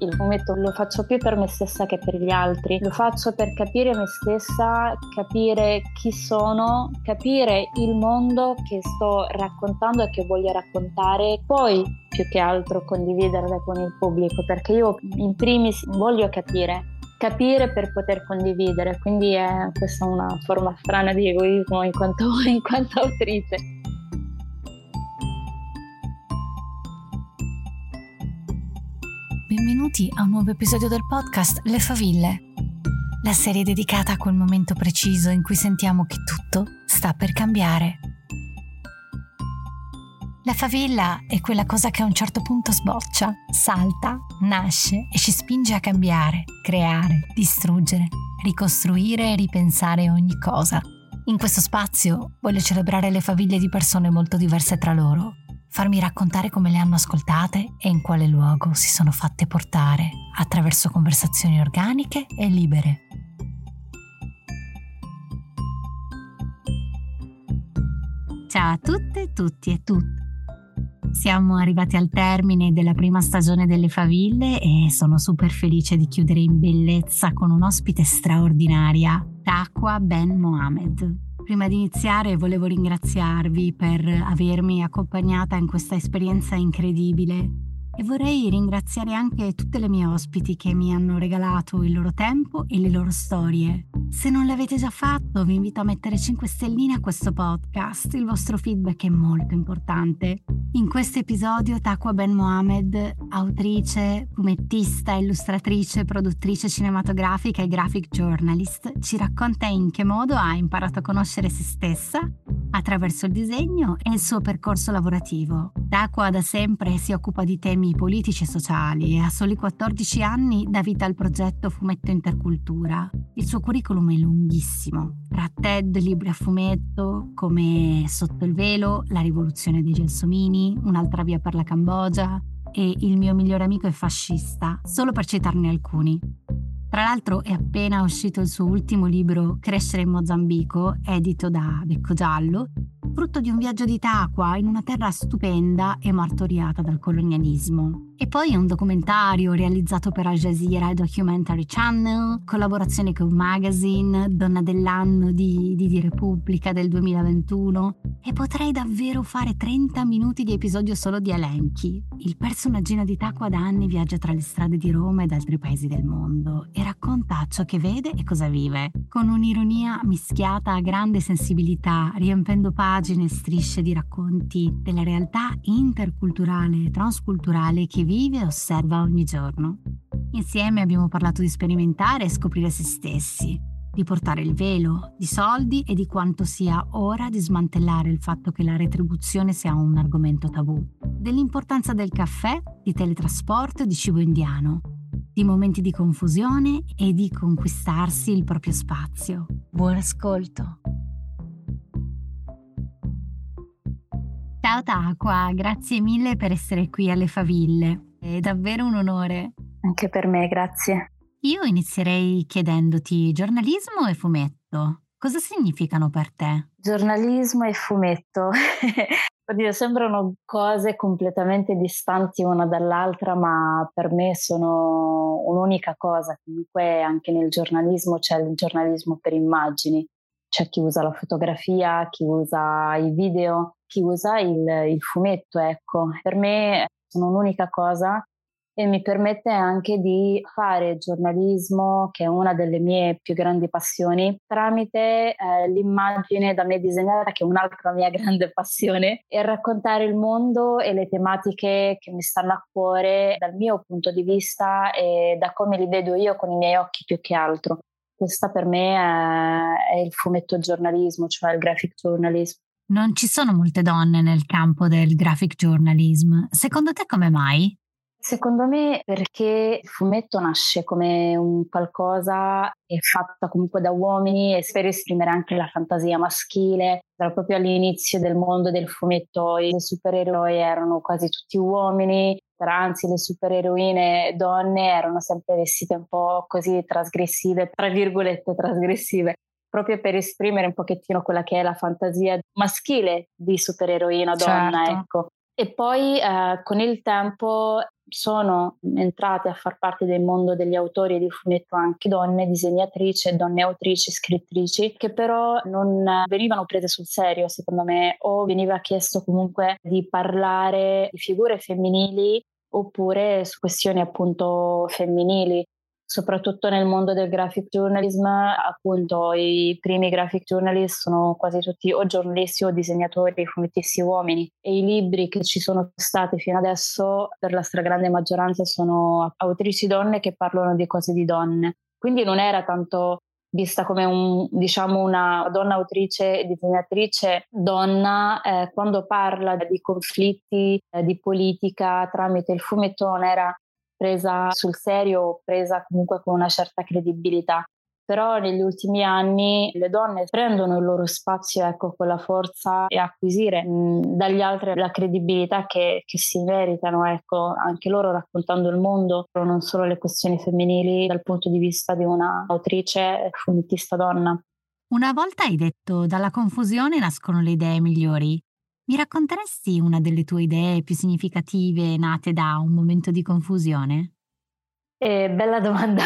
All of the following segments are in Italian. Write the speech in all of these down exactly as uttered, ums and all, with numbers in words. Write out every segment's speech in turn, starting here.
il fumetto lo faccio più per me stessa che per gli altri, lo faccio per capire me stessa, capire chi sono, capire il mondo che sto raccontando e che voglio raccontare, poi più che altro condividerle con il pubblico, perché io in primis voglio capire capire per poter condividere, quindi è questa una forma strana di egoismo in quanto, in quanto autrice. Benvenuti a un nuovo episodio del podcast Le Faville, la serie dedicata a quel momento preciso in cui sentiamo che tutto sta per cambiare. La favilla è quella cosa che a un certo punto sboccia, salta, nasce e ci spinge a cambiare, creare, distruggere, ricostruire e ripensare ogni cosa. In questo spazio voglio celebrare le faville di persone molto diverse tra loro, farmi raccontare come le hanno ascoltate e in quale luogo si sono fatte portare attraverso conversazioni organiche e libere. Ciao a tutte, tutti e tutte. Siamo arrivati al termine della prima stagione delle faville e sono super felice di chiudere in bellezza con un'ospite straordinaria, Taqwa Ben Mohamed. Prima di iniziare volevo ringraziarvi per avermi accompagnata in questa esperienza incredibile e vorrei ringraziare anche tutte le mie ospiti che mi hanno regalato il loro tempo e le loro storie. Se non l'avete già fatto, vi invito a mettere cinque stelline a questo podcast, il vostro feedback è molto importante. In questo episodio Taqwa Ben Mohamed, autrice, fumettista, illustratrice, produttrice cinematografica e graphic journalist, ci racconta in che modo ha imparato a conoscere se stessa attraverso il disegno e il suo percorso lavorativo. Taqwa da sempre si occupa di temi politici e sociali e a soli quattordici anni dà vita al progetto Fumetto Intercultura. Il suo curriculum è lunghissimo, tra TED, libri a fumetto come Sotto il velo, La rivoluzione dei gelsomini, Un'altra via per la Cambogia e Il mio migliore amico è fascista, solo per citarne alcuni. Tra l'altro è appena uscito il suo ultimo libro Crescere in Mozambico, edito da Becco Giallo, frutto di un viaggio di Taqwa in una terra stupenda e martoriata dal colonialismo. E poi un documentario realizzato per Al Jazeera Documentary Channel, collaborazione con Magazine, Donna dell'anno di, di, di Repubblica del duemilaventuno, e potrei davvero fare trenta minuti di episodio solo di elenchi. Il personaggino di Taqwa da anni viaggia tra le strade di Roma ed altri paesi del mondo e racconta ciò che vede e cosa vive, con un'ironia mischiata a grande sensibilità, riempendo pagine e strisce di racconti della realtà interculturale e transculturale che vive e osserva ogni giorno. Insieme abbiamo parlato di sperimentare e scoprire se stessi, di portare il velo, di soldi e di quanto sia ora di smantellare il fatto che la retribuzione sia un argomento tabù, dell'importanza del caffè, di teletrasporto e di cibo indiano, di momenti di confusione e di conquistarsi il proprio spazio. Buon ascolto! Ciao Taqwa, grazie mille per essere qui alle Faville, è davvero un onore. Anche per me, grazie. Io inizierei chiedendoti giornalismo e fumetto, cosa significano per te? Giornalismo e fumetto, oddio, sembrano cose completamente distanti una dall'altra, ma per me sono un'unica cosa. Comunque anche nel giornalismo c'è il giornalismo per immagini, c'è chi usa la fotografia, chi usa i video, chi usa il, il fumetto, ecco. Per me sono un'unica cosa e mi permette anche di fare giornalismo, che è una delle mie più grandi passioni, tramite eh, l'immagine da me disegnata, che è un'altra mia grande passione, e raccontare il mondo e le tematiche che mi stanno a cuore dal mio punto di vista e da come li vedo io con i miei occhi più che altro. Questa per me è, è il fumetto giornalismo, cioè il graphic journalism. Non ci sono molte donne nel campo del graphic journalism. Secondo te come mai? Secondo me perché il fumetto nasce come un qualcosa è fatta comunque da uomini e per esprimere anche la fantasia maschile. Era proprio all'inizio del mondo del fumetto i supereroi erano quasi tutti uomini, anzi le supereroine donne erano sempre vestite un po' così trasgressive, tra virgolette trasgressive, proprio per esprimere un pochettino quella che è la fantasia maschile di supereroina donna, certo. ecco. E poi eh, con il tempo sono entrate a far parte del mondo degli autori di fumetto anche donne disegnatrici, donne autrici, scrittrici, che però non venivano prese sul serio, secondo me, o veniva chiesto comunque di parlare di figure femminili oppure su questioni appunto femminili. Soprattutto nel mondo del graphic journalism, appunto i primi graphic journalist sono quasi tutti o giornalisti o disegnatori, fumettisti uomini, e i libri che ci sono stati fino adesso per la stragrande maggioranza sono autrici donne che parlano di cose di donne. Quindi non era tanto vista come un, diciamo una donna autrice e disegnatrice donna, eh, quando parla di conflitti, eh, di politica tramite il fumetto non era presa sul serio, presa comunque con una certa credibilità. Però negli ultimi anni le donne prendono il loro spazio, ecco, con la forza e acquisire mh, dagli altri la credibilità che, che si meritano, ecco, anche loro raccontando il mondo, non solo le questioni femminili dal punto di vista di una autrice fumettista donna. Una volta hai detto: dalla confusione nascono le idee migliori. Mi racconteresti una delle tue idee più significative nate da un momento di confusione? Eh, bella domanda.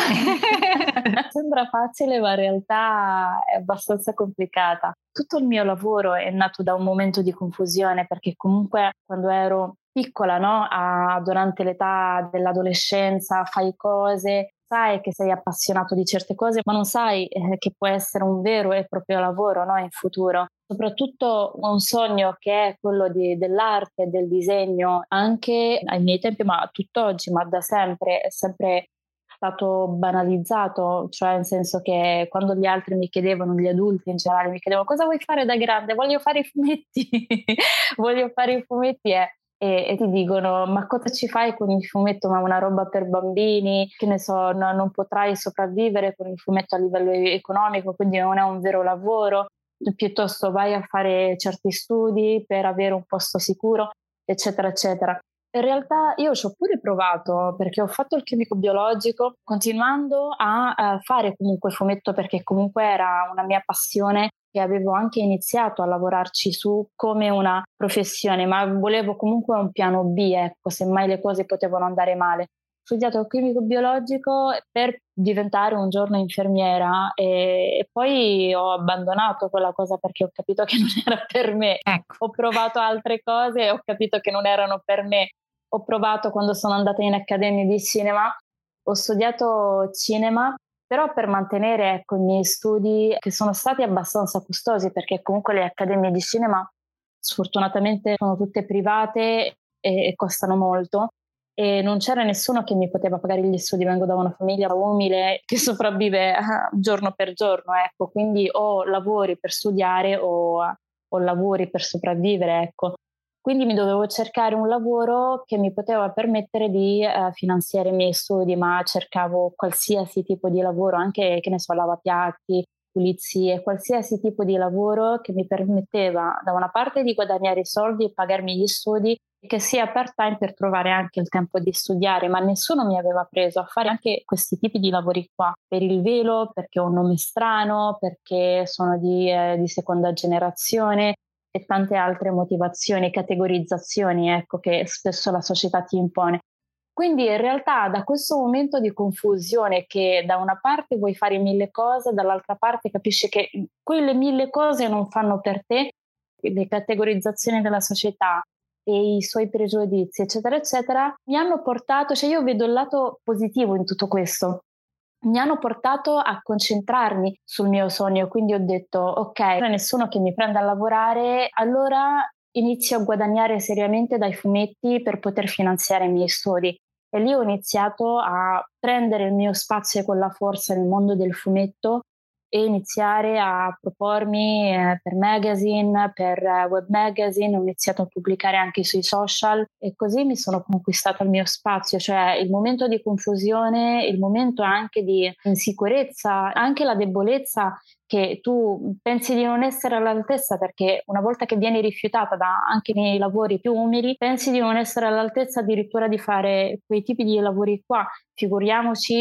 Sembra facile, ma in realtà è abbastanza complicata. Tutto il mio lavoro è nato da un momento di confusione, perché comunque quando ero piccola, no? Ah, durante l'età dell'adolescenza fai cose, sai che sei appassionato di certe cose, ma non sai eh, che può essere un vero e proprio lavoro, no? In futuro. Soprattutto un sogno che è quello di, dell'arte, del disegno, anche ai miei tempi, ma tutt'oggi, ma da sempre, è sempre stato banalizzato, cioè nel senso che quando gli altri mi chiedevano, gli adulti in generale mi chiedevano cosa vuoi fare da grande, voglio fare i fumetti, voglio fare i fumetti e, e, e ti dicono ma cosa ci fai con il fumetto, ma una roba per bambini, che ne so, no, non potrai sopravvivere con il fumetto a livello economico, quindi non è un vero lavoro, piuttosto vai a fare certi studi per avere un posto sicuro, eccetera, eccetera. In realtà io ci ho pure provato perché ho fatto il chimico biologico continuando a, a fare comunque fumetto perché comunque era una mia passione e avevo anche iniziato a lavorarci su come una professione, ma volevo comunque un piano B, ecco, se mai le cose potevano andare male. Ho studiato il chimico biologico per diventare un giorno infermiera e, e poi ho abbandonato quella cosa perché ho capito che non era per me. Ecco. Ho provato altre cose e ho capito che non erano per me. Ho provato quando sono andata in accademia di cinema, ho studiato cinema, però per mantenere ecco, i miei studi che sono stati abbastanza costosi perché comunque le accademie di cinema sfortunatamente sono tutte private e, e costano molto e non c'era nessuno che mi poteva pagare gli studi, vengo da una famiglia umile che sopravvive giorno per giorno, ecco, quindi o lavori per studiare o, o lavori per sopravvivere, ecco. Quindi mi dovevo cercare un lavoro che mi poteva permettere di eh, finanziare i miei studi, ma cercavo qualsiasi tipo di lavoro, anche, che ne so, lavapiatti, pulizie, qualsiasi tipo di lavoro che mi permetteva da una parte di guadagnare i soldi e pagarmi gli studi, che sia part-time per trovare anche il tempo di studiare, ma nessuno mi aveva preso a fare anche questi tipi di lavori qua, per il velo, perché ho un nome strano, perché sono di, eh, di seconda generazione, e tante altre motivazioni, categorizzazioni, ecco, che spesso la società ti impone. Quindi in realtà da questo momento di confusione che da una parte vuoi fare mille cose, dall'altra parte capisci che quelle mille cose non fanno per te, le categorizzazioni della società e i suoi pregiudizi, eccetera, eccetera, mi hanno portato, cioè io vedo il lato positivo in tutto questo, mi hanno portato a concentrarmi sul mio sogno, quindi ho detto ok, non c'è nessuno che mi prenda a lavorare, allora inizio a guadagnare seriamente dai fumetti per poter finanziare i miei studi. E lì ho iniziato a prendere il mio spazio con la forza nel mondo del fumetto e iniziare a propormi eh, per magazine, per eh, web magazine, ho iniziato a pubblicare anche sui social e così mi sono conquistata il mio spazio, cioè il momento di confusione, il momento anche di insicurezza, anche la debolezza che tu pensi di non essere all'altezza perché una volta che vieni rifiutata da, anche nei lavori più umili, pensi di non essere all'altezza addirittura di fare quei tipi di lavori qua, figuriamoci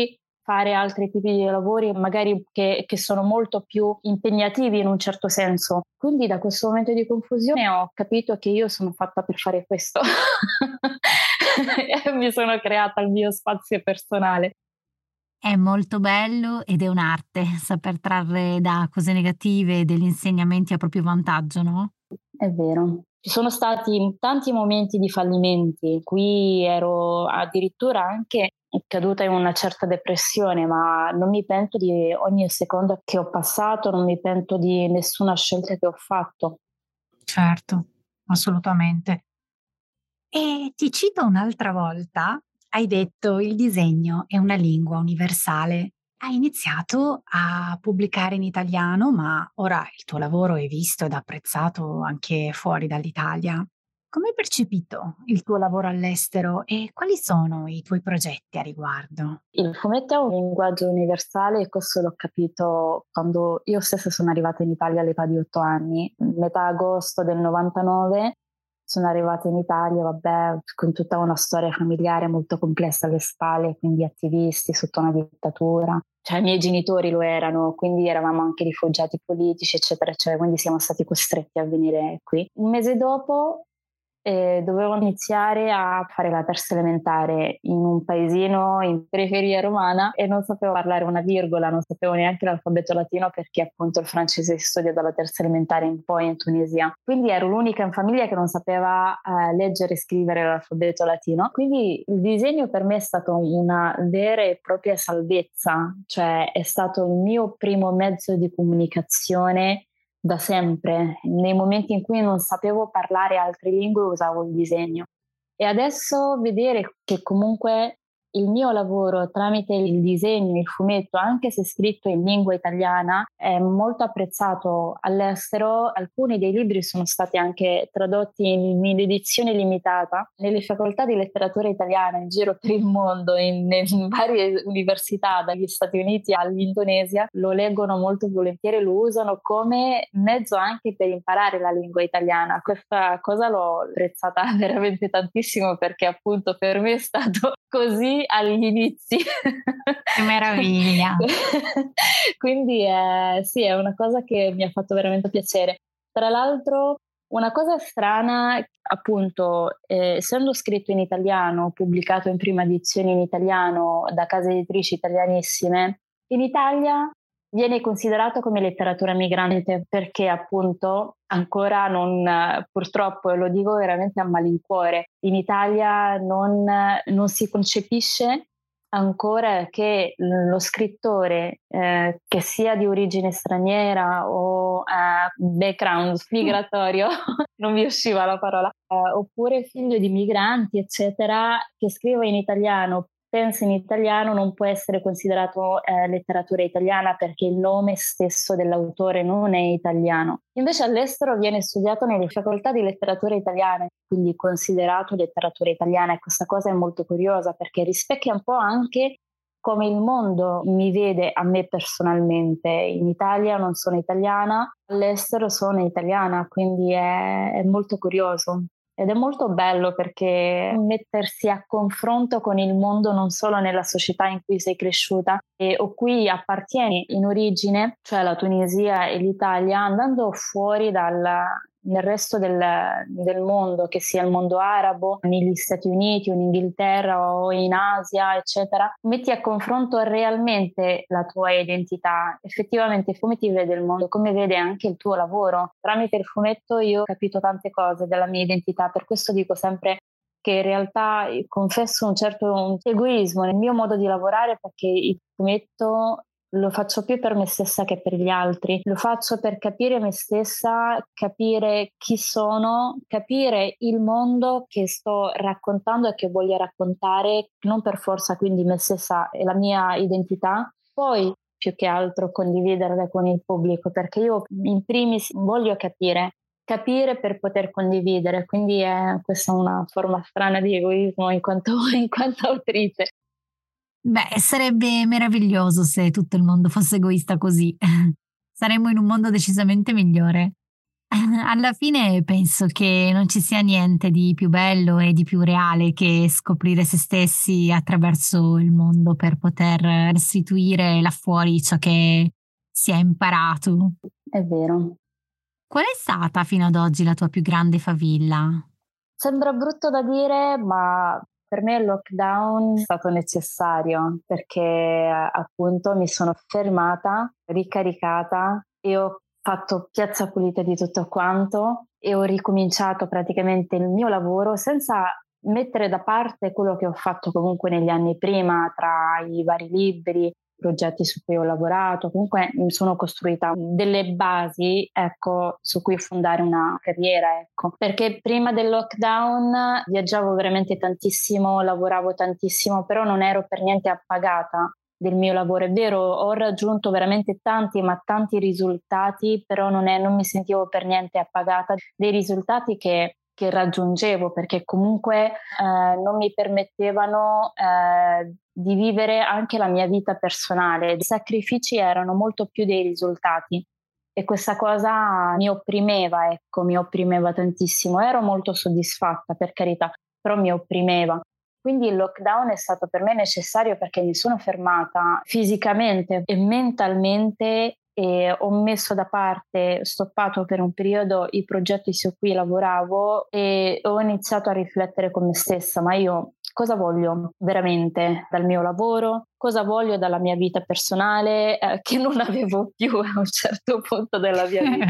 fare altri tipi di lavori magari che, che sono molto più impegnativi in un certo senso. Quindi da questo momento di confusione ho capito che io sono fatta per fare questo e mi sono creata il mio spazio personale. È molto bello ed è un'arte saper trarre da cose negative degli insegnamenti a proprio vantaggio, no? È vero. Ci sono stati tanti momenti di fallimenti in cui ero addirittura anche caduta in una certa depressione, ma non mi pento di ogni secondo che ho passato, non mi pento di nessuna scelta che ho fatto. Certo, assolutamente. E ti cito un'altra volta, hai detto il disegno è una lingua universale. Hai iniziato a pubblicare in italiano, ma ora il tuo lavoro è visto ed apprezzato anche fuori dall'Italia. Come hai percepito il tuo lavoro all'estero e quali sono i tuoi progetti a riguardo? Il fumetto è un linguaggio universale e questo l'ho capito quando io stessa sono arrivata in Italia all'età di otto anni, metà agosto del novantanove. Sono arrivata in Italia, vabbè, con tutta una storia familiare molto complessa alle spalle, quindi attivisti sotto una dittatura. Cioè i miei genitori lo erano, quindi eravamo anche rifugiati politici, eccetera, eccetera, quindi siamo stati costretti a venire qui. Un mese dopo eh, dovevo iniziare a fare la terza elementare in un paesino in periferia romana e non sapevo parlare una virgola, non sapevo neanche l'alfabeto latino perché appunto il francese si studia dalla terza elementare in poi in Tunisia. Quindi ero l'unica in famiglia che non sapeva eh, leggere e scrivere l'alfabeto latino. Quindi il disegno per me è stato una vera e propria salvezza, cioè è stato il mio primo mezzo di comunicazione da sempre. Nei momenti in cui non sapevo parlare altre lingue usavo il disegno. E adesso vedere che comunque il mio lavoro tramite il disegno, il fumetto, anche se scritto in lingua italiana, è molto apprezzato all'estero. Alcuni dei libri sono stati anche tradotti in, in edizione limitata nelle facoltà di letteratura italiana in giro per il mondo, in, in varie università, dagli Stati Uniti all'Indonesia. Lo leggono molto volentieri, lo usano come mezzo anche per imparare la lingua italiana. Questa cosa l'ho apprezzata veramente tantissimo perché appunto per me è stato così agli inizi. Che meraviglia! Quindi eh, sì, è una cosa che mi ha fatto veramente piacere. Tra l'altro, una cosa strana, appunto, eh, essendo scritto in italiano, pubblicato in prima edizione in italiano da case editrici italianissime, in Italia viene considerato come letteratura migrante perché appunto ancora non, purtroppo, e lo dico veramente a malincuore, in Italia non, non si concepisce ancora che lo scrittore eh, che sia di origine straniera o eh, background migratorio, non mi usciva la parola, eh, oppure figlio di migranti, eccetera, che scriva in italiano, pensa in italiano, non può essere considerato eh, letteratura italiana perché il nome stesso dell'autore non è italiano. Invece all'estero viene studiato nelle facoltà di letteratura italiana, quindi considerato letteratura italiana, e questa cosa è molto curiosa perché rispecchia un po' anche come il mondo mi vede a me personalmente. In Italia non sono italiana, all'estero sono italiana, quindi è, è molto curioso. Ed è molto bello perché mettersi a confronto con il mondo non solo nella società in cui sei cresciuta e, o cui appartieni in origine, cioè la Tunisia e l'Italia, andando fuori dal nel resto del, del mondo, che sia il mondo arabo, negli Stati Uniti o in Inghilterra o in Asia, eccetera, metti a confronto realmente la tua identità, effettivamente come ti vede il mondo, come vede anche il tuo lavoro. Tramite il fumetto io ho capito tante cose della mia identità, per questo dico sempre che in realtà confesso un certo egoismo nel mio modo di lavorare perché il fumetto lo faccio più per me stessa che per gli altri, lo faccio per capire me stessa, capire chi sono, capire il mondo che sto raccontando e che voglio raccontare, non per forza quindi me stessa e la mia identità, poi più che altro condividerla con il pubblico, perché io in primis voglio capire, capire per poter condividere, quindi è questa è una forma strana di egoismo in quanto, in quanto autrice. Beh, sarebbe meraviglioso se tutto il mondo fosse egoista così. Saremmo in un mondo decisamente migliore. Alla fine penso che non ci sia niente di più bello e di più reale che scoprire se stessi attraverso il mondo per poter restituire là fuori ciò che si è imparato. È vero. Qual è stata fino ad oggi la tua più grande favilla? Sembra brutto da dire, ma per me il lockdown è stato necessario perché eh, appunto mi sono fermata, ricaricata e ho fatto piazza pulita di tutto quanto e ho ricominciato praticamente il mio lavoro senza mettere da parte quello che ho fatto comunque negli anni prima, tra i vari libri, progetti su cui ho lavorato. Comunque mi sono costruita delle basi, ecco, su cui fondare una carriera, ecco. Perché prima del lockdown viaggiavo veramente tantissimo, lavoravo tantissimo, però non ero per niente appagata del mio lavoro. È vero, ho raggiunto veramente tanti, ma tanti risultati, però non, è, non mi sentivo per niente appagata dei risultati che, che raggiungevo, perché comunque eh, non mi permettevano eh, di vivere anche la mia vita personale. I sacrifici erano molto più dei risultati e questa cosa mi opprimeva, ecco, mi opprimeva tantissimo. Ero molto soddisfatta, per carità, però mi opprimeva. Quindi il lockdown è stato per me necessario perché mi sono fermata fisicamente e mentalmente e ho messo da parte, stoppato per un periodo i progetti su cui lavoravo e ho iniziato a riflettere con me stessa, ma io cosa voglio veramente dal mio lavoro? Cosa voglio dalla mia vita personale eh, che non avevo più a un certo punto della mia vita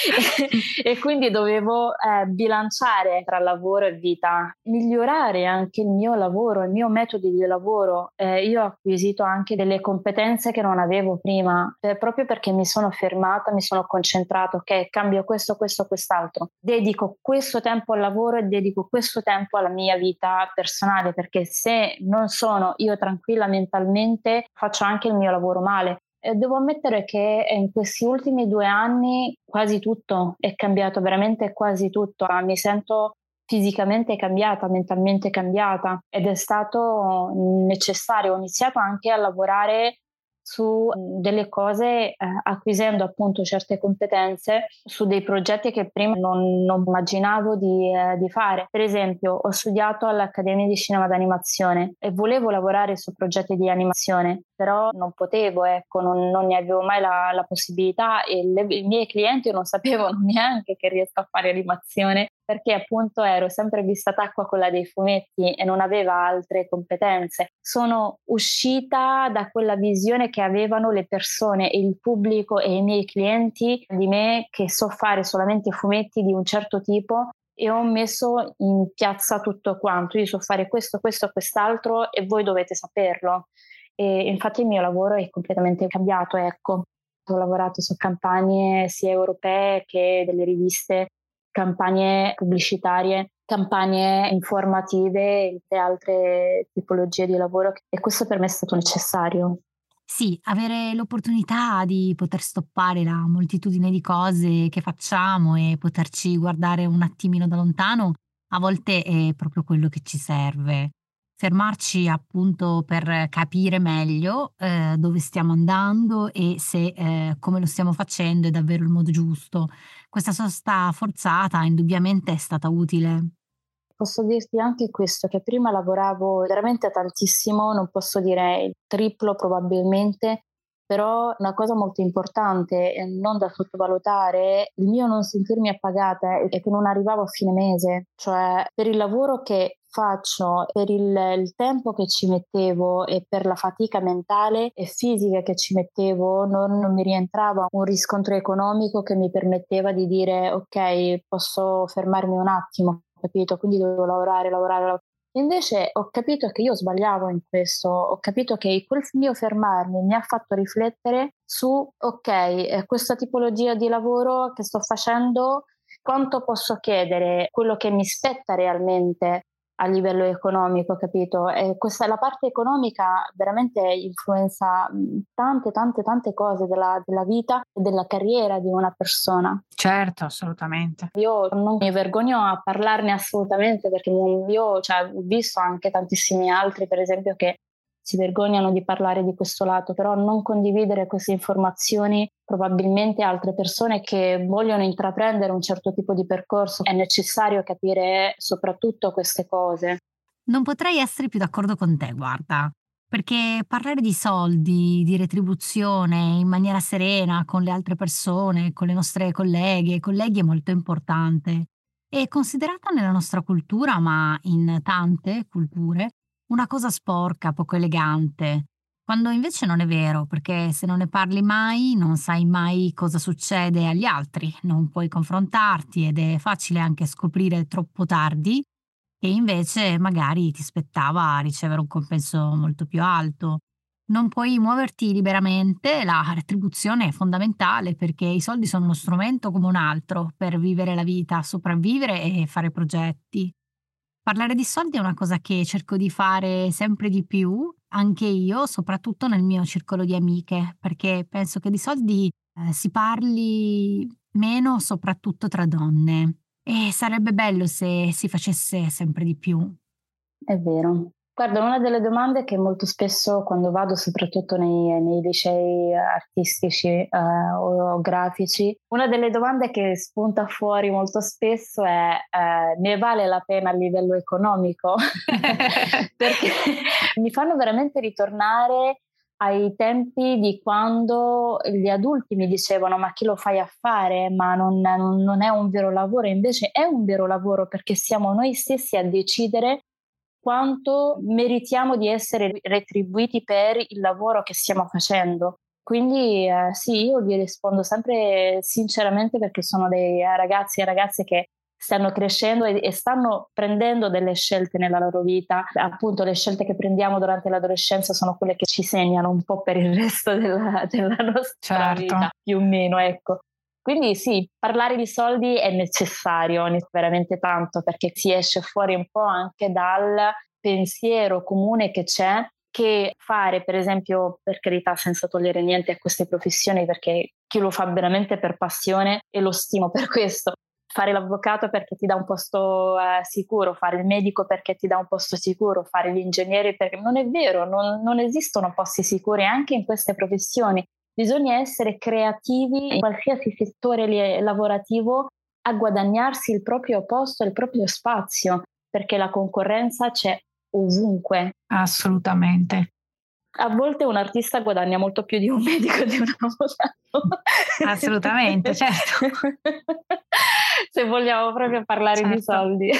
e, e quindi dovevo eh, bilanciare tra lavoro e vita, migliorare anche il mio lavoro, il mio metodo di lavoro. Eh, io ho acquisito anche delle competenze che non avevo prima, eh, proprio perché mi sono fermata, mi sono concentrata, ok, cambio questo, questo, quest'altro, dedico questo tempo al lavoro e dedico questo tempo alla mia vita personale, perché se non sono io tranquilla mentalmente faccio anche il mio lavoro male. E devo ammettere che in questi ultimi due anni quasi tutto è cambiato, veramente quasi tutto. Mi sento fisicamente cambiata, mentalmente cambiata ed è stato necessario. Ho iniziato anche a lavorare su delle cose eh, acquisendo appunto certe competenze su dei progetti che prima non, non immaginavo di, eh, di fare. Per esempio, ho studiato all'Accademia di Cinema d'Animazione e volevo lavorare su progetti di animazione, però non potevo, ecco, non, non ne avevo mai la, la possibilità e le, i miei clienti non sapevano neanche che riesco a fare animazione perché appunto ero sempre vista d'acqua quella dei fumetti e non aveva altre competenze. Sono uscita da quella visione che avevano le persone e il pubblico e i miei clienti di me che so fare solamente fumetti di un certo tipo e ho messo in piazza tutto quanto. Io so fare questo, questo, quest'altro e voi dovete saperlo. E infatti il mio lavoro è completamente cambiato, ecco. Ho lavorato su campagne sia europee che delle riviste, campagne pubblicitarie, campagne informative e altre tipologie di lavoro e questo per me è stato necessario. Sì, avere l'opportunità di poter stoppare la moltitudine di cose che facciamo e poterci guardare un attimino da lontano, a volte è proprio quello che ci serve. Fermarci appunto per capire meglio eh, dove stiamo andando e se eh, come lo stiamo facendo è davvero il modo giusto. Questa sosta forzata indubbiamente è stata utile. Posso dirti anche questo, che prima lavoravo veramente tantissimo, non posso dire il triplo probabilmente, però una cosa molto importante e non da sottovalutare, il mio non sentirmi appagata è che non arrivavo a fine mese, cioè per il lavoro che faccio, per il, il tempo che ci mettevo e per la fatica mentale e fisica che ci mettevo, non, non mi rientrava un riscontro economico che mi permetteva di dire ok, posso fermarmi un attimo, capito? Quindi dovevo lavorare, lavorare, lavorare. Invece ho capito che io sbagliavo in questo, ho capito che quel mio fermarmi mi ha fatto riflettere su, ok, eh, questa tipologia di lavoro che sto facendo, quanto posso chiedere, quello che mi spetta realmente a livello economico, capito? E questa, la parte economica veramente influenza tante, tante, tante cose della, della vita e della carriera di una persona. Certo, assolutamente. Io non mi vergogno a parlarne assolutamente perché io cioè, ho visto anche tantissimi altri, per esempio, che si vergognano di parlare di questo lato, però non condividere queste informazioni probabilmente altre persone che vogliono intraprendere un certo tipo di percorso. È necessario capire soprattutto queste cose. Non potrei essere più d'accordo con te, guarda, perché parlare di soldi, di retribuzione in maniera serena con le altre persone, con le nostre colleghe e colleghi è molto importante. È considerata nella nostra cultura, ma in tante culture, una cosa sporca, poco elegante. Quando invece non è vero, perché se non ne parli mai, non sai mai cosa succede agli altri, non puoi confrontarti ed è facile anche scoprire troppo tardi che invece magari ti spettava ricevere un compenso molto più alto. Non puoi muoverti liberamente, la retribuzione è fondamentale perché i soldi sono uno strumento come un altro per vivere la vita, sopravvivere e fare progetti. Parlare di soldi è una cosa che cerco di fare sempre di più, anche io, soprattutto nel mio circolo di amiche, perché penso che di soldi eh, si parli meno, soprattutto tra donne. E sarebbe bello se si facesse sempre di più. È vero. Guarda, una delle domande che molto spesso quando vado, soprattutto nei, nei licei artistici eh, o grafici, una delle domande che spunta fuori molto spesso è eh, ne vale la pena a livello economico? Perché mi fanno veramente ritornare ai tempi di quando gli adulti mi dicevano ma chi lo fai a fare? Ma non, non è un vero lavoro, invece è un vero lavoro perché siamo noi stessi a decidere quanto meritiamo di essere retribuiti per il lavoro che stiamo facendo. Quindi eh, sì, io vi rispondo sempre sinceramente perché sono dei ragazzi e ragazze che stanno crescendo e, e stanno prendendo delle scelte nella loro vita. Appunto le scelte che prendiamo durante l'adolescenza sono quelle che ci segnano un po' per il resto della, della nostra Certo. vita, più o meno, ecco. Quindi sì, parlare di soldi è necessario, veramente tanto, perché si esce fuori un po' anche dal pensiero comune che c'è, che fare, per esempio, per carità, senza togliere niente a queste professioni, perché chi lo fa veramente per passione e lo stimo per questo, fare l'avvocato perché ti dà un posto eh, sicuro, fare il medico perché ti dà un posto sicuro, fare l'ingegnere perché non è vero, non, non esistono posti sicuri anche in queste professioni. Bisogna essere creativi in qualsiasi settore li- lavorativo a guadagnarsi il proprio posto, il proprio spazio, perché la concorrenza c'è ovunque. Assolutamente. A volte un artista guadagna molto più di un medico di un avvocato. Assolutamente, certo. Se vogliamo proprio parlare Certo. di soldi.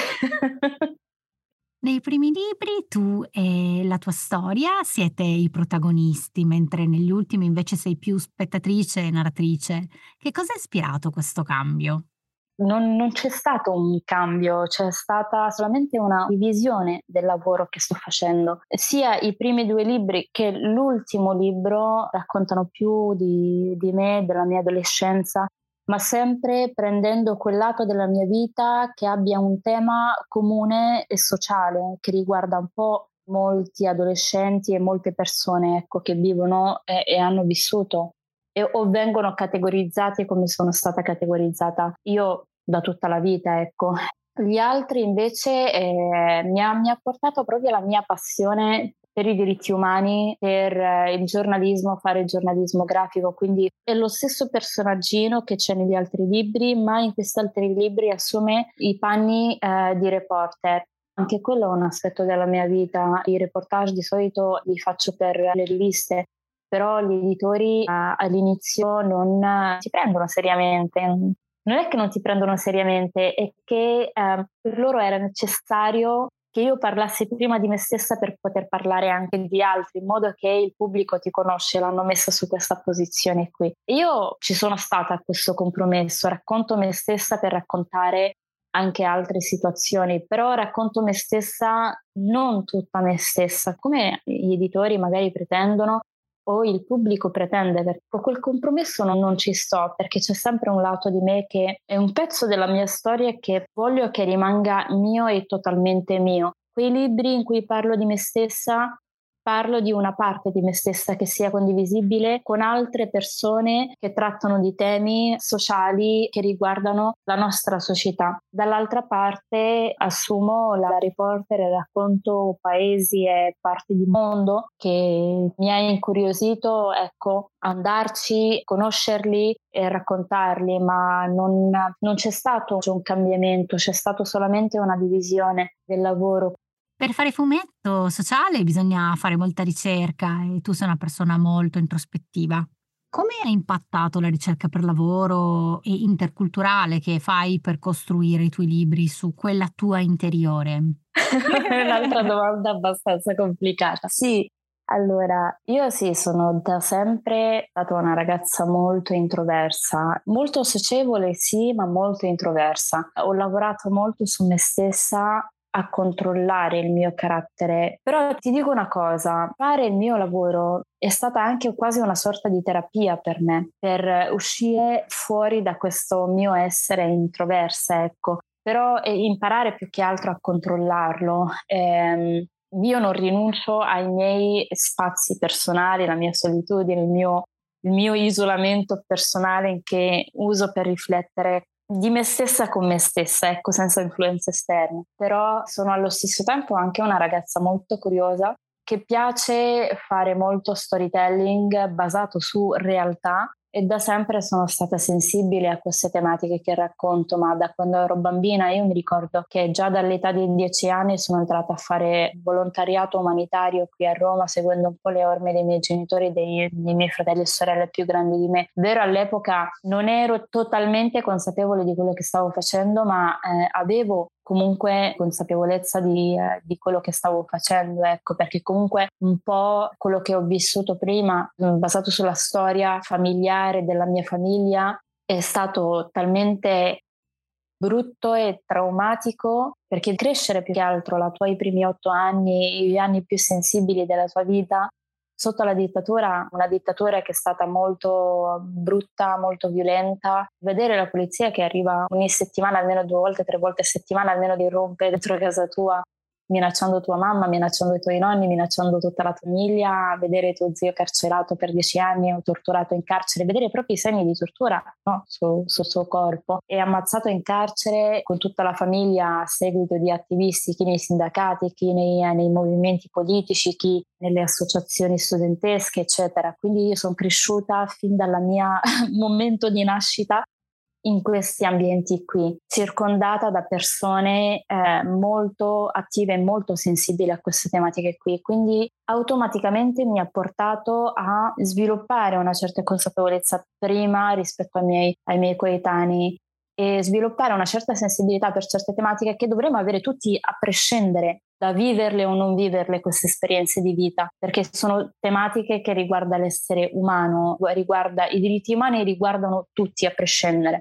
Nei primi libri tu e la tua storia siete i protagonisti, mentre negli ultimi invece sei più spettatrice e narratrice. Che cosa ha ispirato questo cambio? Non, non c'è stato un cambio, c'è stata solamente una divisione del lavoro che sto facendo. Sia i primi due libri che l'ultimo libro raccontano più di, di me, della mia adolescenza, ma sempre prendendo quel lato della mia vita che abbia un tema comune e sociale, che riguarda un po' molti adolescenti e molte persone, ecco, che vivono e, e hanno vissuto e, o vengono categorizzati come sono stata categorizzata io da tutta la vita, ecco. Gli altri invece eh, mi ha, mi ha portato proprio la mia passione per i diritti umani, per eh, il giornalismo, fare il giornalismo grafico, quindi è lo stesso personaggino che c'è negli altri libri, ma in questi altri libri assume i panni eh, di reporter. Anche quello è un aspetto della mia vita. I reportage di solito li faccio per le riviste, però gli editori uh, all'inizio non uh, ti prendono seriamente. Non è che non ti prendono seriamente, è che uh, per loro era necessario che io parlassi prima di me stessa per poter parlare anche di altri, in modo che il pubblico ti conosce, l'hanno messa su questa posizione qui. Io ci sono stata a questo compromesso, racconto me stessa per raccontare anche altre situazioni, però racconto me stessa, non tutta me stessa, come gli editori magari pretendono o il pubblico pretende, perché quel compromesso non, non ci sto, perché c'è sempre un lato di me che è un pezzo della mia storia che voglio che rimanga mio e totalmente mio. Quei libri in cui parlo di me stessa parlo di una parte di me stessa che sia condivisibile con altre persone che trattano di temi sociali che riguardano la nostra società. Dall'altra parte assumo la reporter e racconto paesi e parti di mondo che mi ha incuriosito, ecco, andarci, conoscerli e raccontarli, ma non, non c'è stato un cambiamento, c'è stato solamente una divisione del lavoro. Per fare fumetto sociale bisogna fare molta ricerca e tu sei una persona molto introspettiva. Come ha impattato la ricerca per lavoro e interculturale che fai per costruire i tuoi libri su quella tua interiore? È un'altra domanda abbastanza complicata. Sì, allora, io sì, sono da sempre stata una ragazza molto introversa, molto socievole sì, ma molto introversa. Ho lavorato molto su me stessa a controllare il mio carattere, però ti dico una cosa, fare il mio lavoro è stata anche quasi una sorta di terapia per me, per uscire fuori da questo mio essere introversa, ecco, però eh, imparare più che altro a controllarlo. Ehm, io non rinuncio ai miei spazi personali, la mia solitudine, il mio, il mio isolamento personale che uso per riflettere di me stessa con me stessa, ecco, senza influenze esterne. Però sono allo stesso tempo anche una ragazza molto curiosa che piace fare molto storytelling basato su realtà e da sempre sono stata sensibile a queste tematiche che racconto, ma da quando ero bambina io mi ricordo che già dall'età di dieci anni sono entrata a fare volontariato umanitario qui a Roma, seguendo un po' le orme dei miei genitori e dei, dei miei fratelli e sorelle più grandi di me. Vero, all'epoca non ero totalmente consapevole di quello che stavo facendo, ma eh, avevo comunque consapevolezza di, eh, di quello che stavo facendo, ecco, perché comunque un po' quello che ho vissuto prima, mh, basato sulla storia familiare della mia famiglia, è stato talmente brutto e traumatico, perché crescere più che altro la tua, i primi otto anni, gli anni più sensibili della tua vita, sotto la dittatura, una dittatura che è stata molto brutta, molto violenta, vedere la polizia che arriva ogni settimana, almeno due volte, tre volte a settimana, almeno di rompere dentro casa tua, minacciando tua mamma, minacciando i tuoi nonni, minacciando tutta la famiglia, vedere tuo zio carcerato per dieci anni o torturato in carcere, vedere proprio i segni di tortura, no, sul suo, suo corpo, e ammazzato in carcere con tutta la famiglia a seguito di attivisti, chi nei sindacati, chi nei, nei movimenti politici, chi nelle associazioni studentesche, eccetera. Quindi io sono cresciuta fin dal mio momento di nascita in questi ambienti qui, circondata da persone eh, molto attive e molto sensibili a queste tematiche qui, quindi automaticamente mi ha portato a sviluppare una certa consapevolezza prima rispetto ai miei, ai miei coetanei e sviluppare una certa sensibilità per certe tematiche che dovremmo avere tutti a prescindere da viverle o non viverle queste esperienze di vita, perché sono tematiche che riguardano l'essere umano, riguarda i diritti umani e riguardano tutti a prescindere.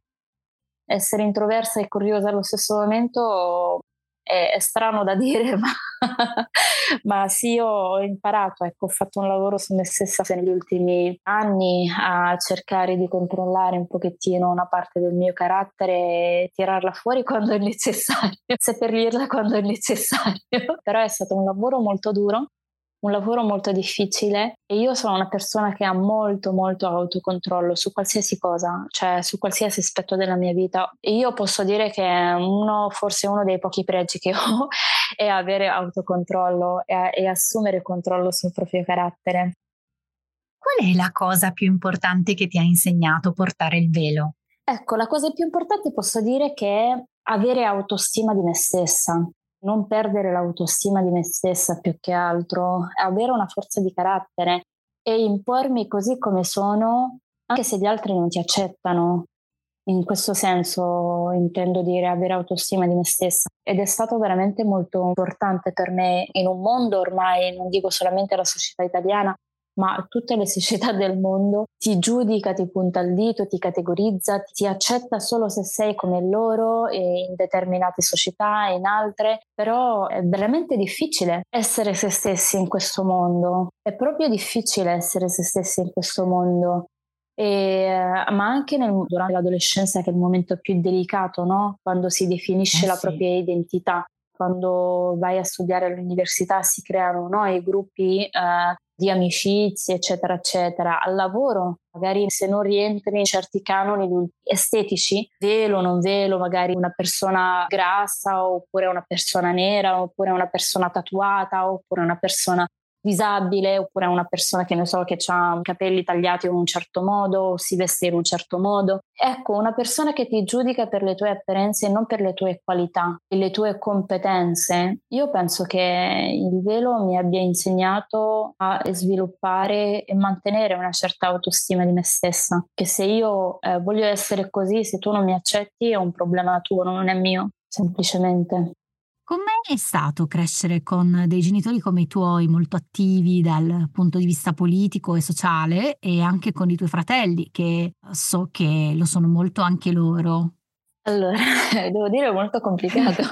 Essere introversa e curiosa allo stesso momento è, è strano da dire, ma, ma sì, io ho imparato, ecco, ho fatto un lavoro su me stessa negli ultimi anni a cercare di controllare un pochettino una parte del mio carattere e tirarla fuori quando è necessario, seppellirla quando è necessario. Però è stato un lavoro molto duro, un lavoro molto difficile e io sono una persona che ha molto molto autocontrollo su qualsiasi cosa, cioè su qualsiasi aspetto della mia vita, e io posso dire che uno, forse uno dei pochi pregi che ho è avere autocontrollo e, e assumere controllo sul proprio carattere. Qual è la cosa più importante che ti ha insegnato portare il velo? Ecco, la cosa più importante posso dire che è avere autostima di me stessa. Non perdere l'autostima di me stessa più che altro, avere una forza di carattere e impormi così come sono, anche se gli altri non ti accettano. In questo senso intendo dire avere autostima di me stessa. Ed è stato veramente molto importante per me in un mondo ormai, non dico solamente la società italiana, ma tutte le società del mondo ti giudica, ti punta il dito, ti categorizza, ti accetta solo se sei come loro e in determinate società e in altre, però è veramente difficile essere se stessi in questo mondo, è proprio difficile essere se stessi in questo mondo. E, ma anche nel, durante l'adolescenza, che è il momento più delicato, no? Quando si definisce Eh la sì. propria identità. quando vai a studiare all'università si creano, no, i gruppi eh, di amicizie, eccetera, eccetera. Al lavoro, magari se non rientri in certi canoni estetici, velo, non velo, magari una persona grassa oppure una persona nera oppure una persona tatuata oppure una persona disabile oppure una persona che ne so che ha i capelli tagliati in un certo modo o si veste in un certo modo. Ecco, una persona che ti giudica per le tue apparenze e non per le tue qualità e le tue competenze. Io penso che il velo mi abbia insegnato a sviluppare e mantenere una certa autostima di me stessa, che se io eh, voglio essere così, se tu non mi accetti è un problema tuo, non è mio, semplicemente. Com'è stato crescere con dei genitori come i tuoi, molto attivi dal punto di vista politico e sociale, e anche con i tuoi fratelli, che so che lo sono molto anche loro? Allora, devo dire molto complicato.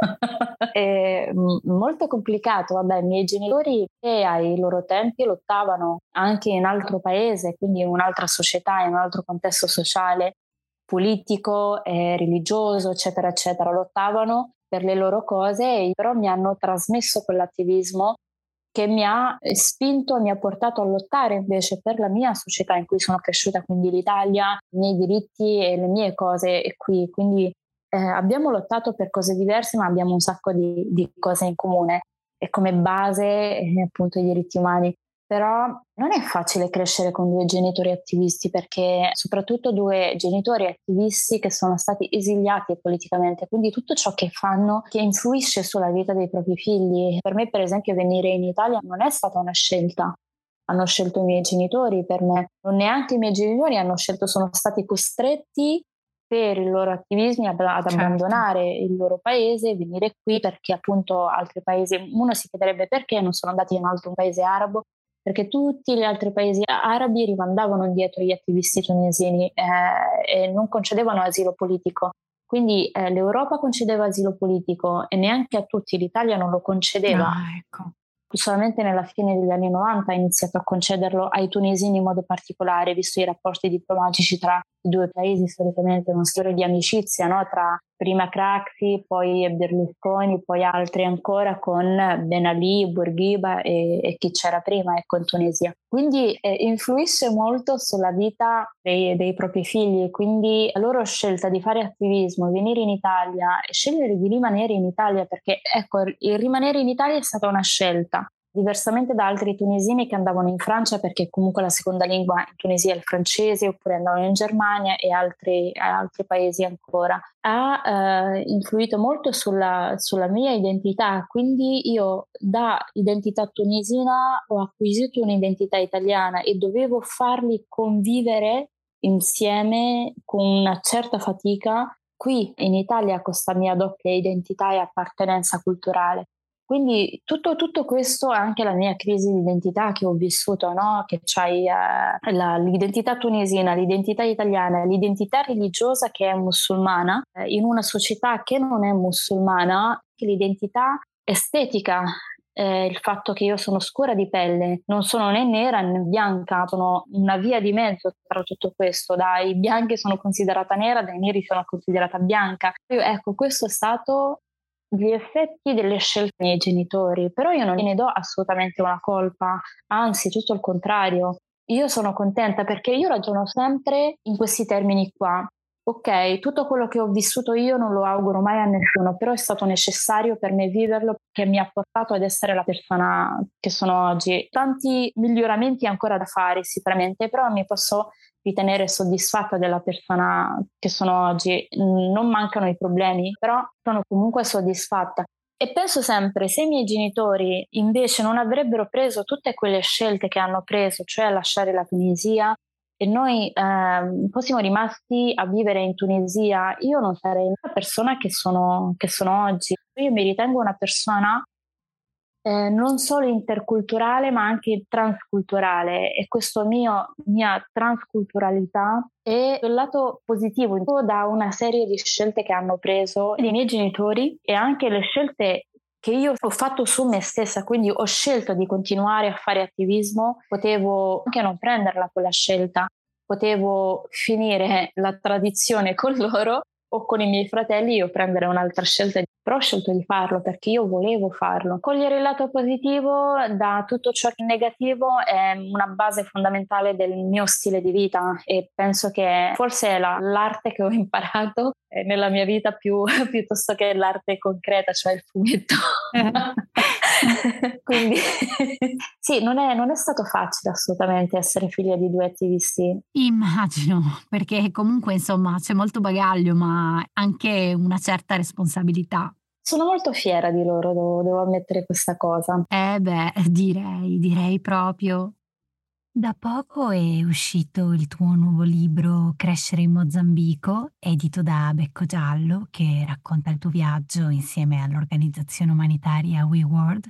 È m- molto complicato, vabbè, i miei genitori che ai loro tempi lottavano anche in altro paese, quindi in un'altra società, in un altro contesto sociale, politico, e religioso, eccetera, eccetera, lottavano per le loro cose, e però mi hanno trasmesso quell'attivismo che mi ha spinto, mi ha portato a lottare invece per la mia società in cui sono cresciuta, quindi l'Italia, i miei diritti e le mie cose e qui. Quindi eh, abbiamo lottato per cose diverse, ma abbiamo un sacco di, di cose in comune e come base eh, appunto i diritti umani. Però non è facile crescere con due genitori attivisti, perché soprattutto due genitori attivisti che sono stati esiliati politicamente, quindi tutto ciò che fanno che influisce sulla vita dei propri figli. Per me, per esempio, venire in Italia non è stata una scelta. Hanno scelto i miei genitori per me, non neanche i miei genitori hanno scelto, sono stati costretti per il loro attivismo ad, ad Certo. abbandonare il loro paese e venire qui, perché appunto altri paesi, uno si chiederebbe perché non sono andati in un altro paese arabo, perché tutti gli altri paesi arabi rimandavano indietro gli attivisti tunisini eh, e non concedevano asilo politico. Quindi eh, l'Europa concedeva asilo politico e neanche a tutti, l'Italia non lo concedeva. Ah, ecco. Solamente nella fine degli anni novanta ha iniziato a concederlo ai tunisini in modo particolare, visto i rapporti diplomatici tra i due paesi, storicamente una storia di amicizia, no? Tra prima Craxi, poi Berlusconi, poi altri ancora con Ben Ali, Bourguiba e, e chi c'era prima, ecco, in Tunisia. Quindi eh, influisce molto sulla vita dei, dei propri figli, quindi la loro scelta di fare attivismo, venire in Italia e scegliere di rimanere in Italia, perché ecco, il rimanere in Italia è stata una scelta. Diversamente da altri tunisini che andavano in Francia perché comunque la seconda lingua in Tunisia è il francese, oppure andavano in Germania e altri, altri paesi ancora. Ha eh, influito molto sulla, sulla mia identità, quindi io da identità tunisina ho acquisito un'identità italiana e dovevo farli convivere insieme con una certa fatica qui in Italia con questa mia doppia identità e appartenenza culturale. Quindi tutto, tutto questo è anche la mia crisi di identità che ho vissuto, no? Che c'hai eh, la, l'identità tunisina, l'identità italiana, l'identità religiosa che è musulmana, eh, in una società che non è musulmana, l'identità estetica, eh, il fatto che io sono scura di pelle, non sono né nera né bianca, sono una via di mezzo tra tutto questo, dai bianchi sono considerata nera, dai neri sono considerata bianca. Io, ecco, questo è stato gli effetti delle scelte dei miei genitori, però io non ne do assolutamente una colpa, anzi tutto il contrario. Io sono contenta perché io ragiono sempre in questi termini qua. Ok, tutto quello che ho vissuto io non lo auguro mai a nessuno, però è stato necessario per me viverlo perché mi ha portato ad essere la persona che sono oggi. Tanti miglioramenti ancora da fare sicuramente, però mi posso ritenere soddisfatta della persona che sono oggi. Non mancano i problemi, però sono comunque soddisfatta. E penso sempre, se i miei genitori invece non avrebbero preso tutte quelle scelte che hanno preso, cioè lasciare la Tunisia, e noi eh, fossimo rimasti a vivere in Tunisia, io non sarei la persona che sono, che sono oggi. Io mi ritengo una persona eh, non solo interculturale ma anche transculturale, e questa mia transculturalità è il lato positivo da una serie di scelte che hanno preso i miei genitori e anche le scelte che io ho fatto su me stessa. Quindi ho scelto di continuare a fare attivismo, potevo anche non prenderla quella scelta, potevo finire la tradizione con loro o con i miei fratelli io prendere un'altra scelta, però ho scelto di farlo perché io volevo farlo. Cogliere il lato positivo da tutto ciò che è negativo è una base fondamentale del mio stile di vita e penso che forse è la, l'arte che ho imparato nella mia vita più piuttosto che l'arte concreta, cioè il fumetto. Quindi sì, non è, non è stato facile assolutamente essere figlia di due attivisti. Immagino, perché comunque insomma c'è molto bagaglio, ma anche una certa responsabilità. Sono molto fiera di loro, devo, devo ammettere questa cosa. Eh beh, direi, direi proprio. Da poco è uscito il tuo nuovo libro Crescere in Mozambico, edito da Becco Giallo, che racconta il tuo viaggio insieme all'organizzazione umanitaria We World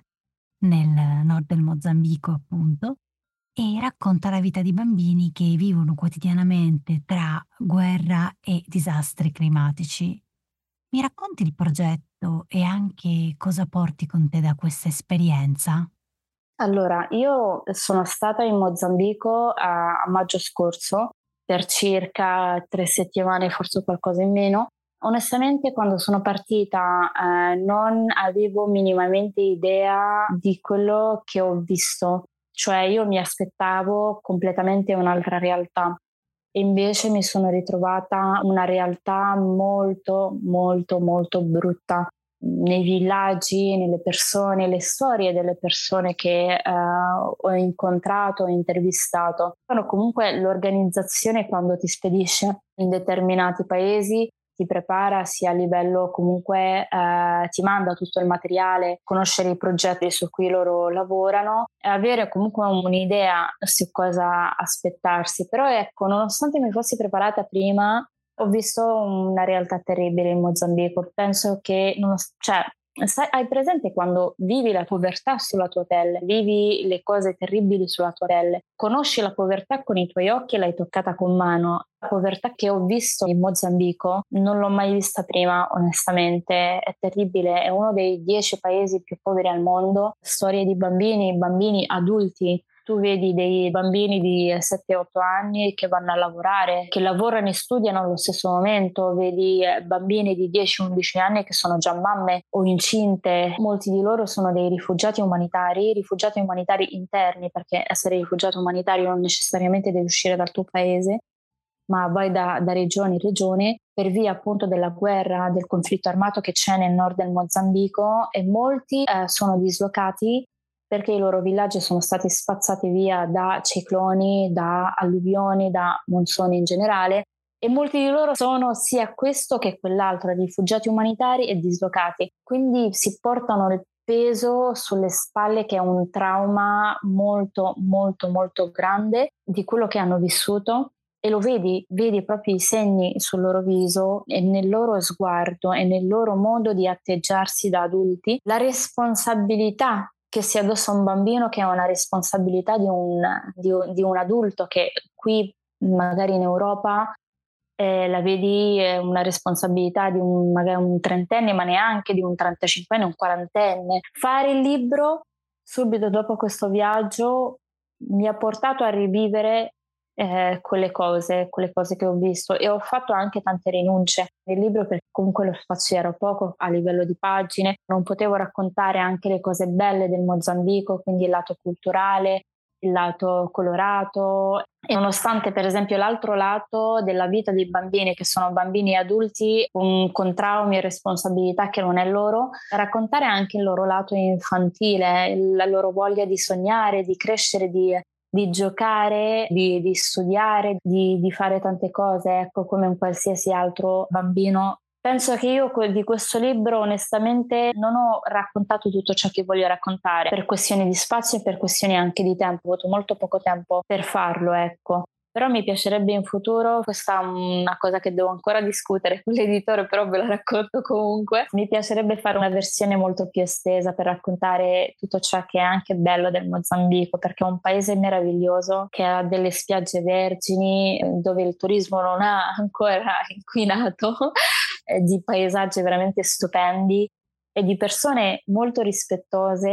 nel nord del Mozambico, appunto, e racconta la vita di bambini che vivono quotidianamente tra guerra e disastri climatici. Mi racconti il progetto e anche cosa porti con te da questa esperienza? Allora, io sono stata in Mozambico a, a maggio scorso per circa tre settimane, forse qualcosa in meno. Onestamente, quando sono partita, eh, non avevo minimamente idea di quello che ho visto, cioè io mi aspettavo completamente un'altra realtà e invece mi sono ritrovata una realtà molto, molto, molto brutta nei villaggi, nelle persone, le storie delle persone che eh, ho incontrato, ho intervistato. Però comunque l'organizzazione quando ti spedisce in determinati paesi ti prepara sia a livello comunque eh, ti manda tutto il materiale, conoscere i progetti su cui loro lavorano e avere comunque un'idea su cosa aspettarsi. Però ecco, nonostante mi fossi preparata prima, ho visto una realtà terribile in Mozambico. Penso che, non, cioè, sai, hai presente quando vivi la povertà sulla tua pelle, vivi le cose terribili sulla tua pelle, conosci la povertà con i tuoi occhi e l'hai toccata con mano. La povertà che ho visto in Mozambico non l'ho mai vista prima, onestamente, è terribile, è uno dei dieci paesi più poveri al mondo. Storie di bambini, bambini adulti. Tu vedi dei bambini di sette otto anni che vanno a lavorare, che lavorano e studiano allo stesso momento, vedi bambini di dieci undici anni che sono già mamme o incinte. Molti di loro sono dei rifugiati umanitari, rifugiati umanitari interni, perché essere rifugiato umanitario non necessariamente devi uscire dal tuo paese, ma vai da, da regione in regione per via appunto della guerra, del conflitto armato che c'è nel nord del Mozambico e molti eh, sono dislocati perché i loro villaggi sono stati spazzati via da cicloni, da alluvioni, da monsoni in generale e molti di loro sono sia questo che quell'altro, rifugiati umanitari e dislocati. Quindi si portano il peso sulle spalle che è un trauma molto molto molto grande di quello che hanno vissuto e lo vedi, vedi proprio i segni sul loro viso e nel loro sguardo e nel loro modo di atteggiarsi da adulti, la responsabilità che si addossa a un bambino che è una responsabilità di un, di un, di un adulto che qui magari in Europa eh, la vedi è una responsabilità di un, magari un trentenne ma neanche di un trentacinquenne, un quarantenne. Fare il libro subito dopo questo viaggio mi ha portato a rivivere eh, quelle cose, quelle cose che ho visto e ho fatto anche tante rinunce nel libro perché comunque lo spazio era poco a livello di pagine, non potevo raccontare anche le cose belle del Mozambico, quindi il lato culturale, il lato colorato e nonostante per esempio l'altro lato della vita dei bambini che sono bambini e adulti con, con traumi e responsabilità che non è loro, raccontare anche il loro lato infantile, la loro voglia di sognare, di crescere, di di giocare, di, di studiare, di, di fare tante cose, ecco, come un qualsiasi altro bambino. Penso che io di questo libro onestamente non ho raccontato tutto ciò che voglio raccontare per questioni di spazio e per questioni anche di tempo, ho avuto molto poco tempo per farlo, ecco. Però mi piacerebbe in futuro, questa è una cosa che devo ancora discutere con l'editore, però ve la racconto comunque, mi piacerebbe fare una versione molto più estesa per raccontare tutto ciò che è anche bello del Mozambico, perché è un paese meraviglioso che ha delle spiagge vergini dove il turismo non ha ancora inquinato, di paesaggi veramente stupendi e di persone molto rispettose,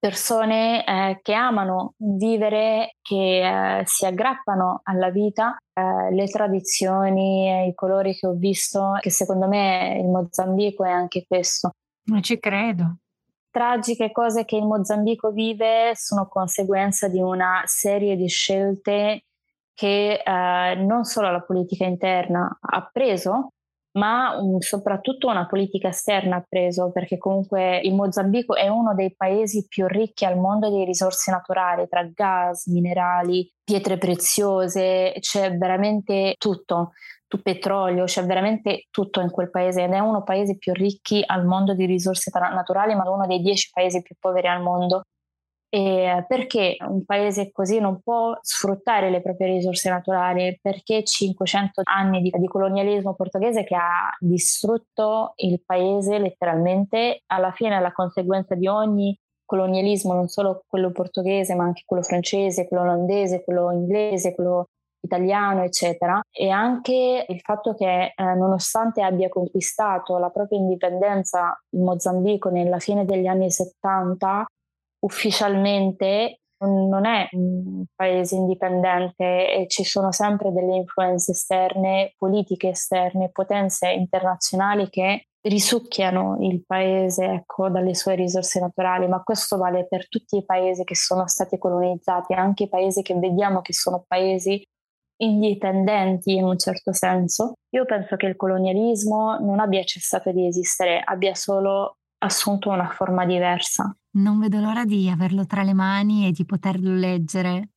persone eh, che amano vivere, che eh, si aggrappano alla vita, eh, le tradizioni e i colori che ho visto, che secondo me il Mozambico è anche questo. Non ci credo. Tragiche cose che il Mozambico vive sono conseguenza di una serie di scelte che eh, non solo la politica interna ha preso, ma um, soprattutto una politica esterna ha preso, perché comunque il Mozambico è uno dei paesi più ricchi al mondo di risorse naturali, tra gas, minerali, pietre preziose, c'è veramente tutto, tu petrolio, c'è veramente tutto in quel paese ed è uno dei paesi più ricchi al mondo di risorse naturali, ma uno dei dieci paesi più poveri al mondo. E perché un paese così non può sfruttare le proprie risorse naturali? Perché cinquecento anni di, di colonialismo portoghese che ha distrutto il paese letteralmente, alla fine è la conseguenza di ogni colonialismo, non solo quello portoghese ma anche quello francese, quello olandese, quello inglese, quello italiano, eccetera. E anche il fatto che eh, nonostante abbia conquistato la propria indipendenza in Mozambico nella fine degli anni settanta, ufficialmente non è un paese indipendente e ci sono sempre delle influenze esterne, politiche esterne, potenze internazionali che risucchiano il paese, ecco, dalle sue risorse naturali, ma questo vale per tutti i paesi che sono stati colonizzati, anche i paesi che vediamo che sono paesi indipendenti in un certo senso. Io penso che il colonialismo non abbia cessato di esistere, abbia solo assunto una forma diversa. Non vedo l'ora di averlo tra le mani e di poterlo leggere.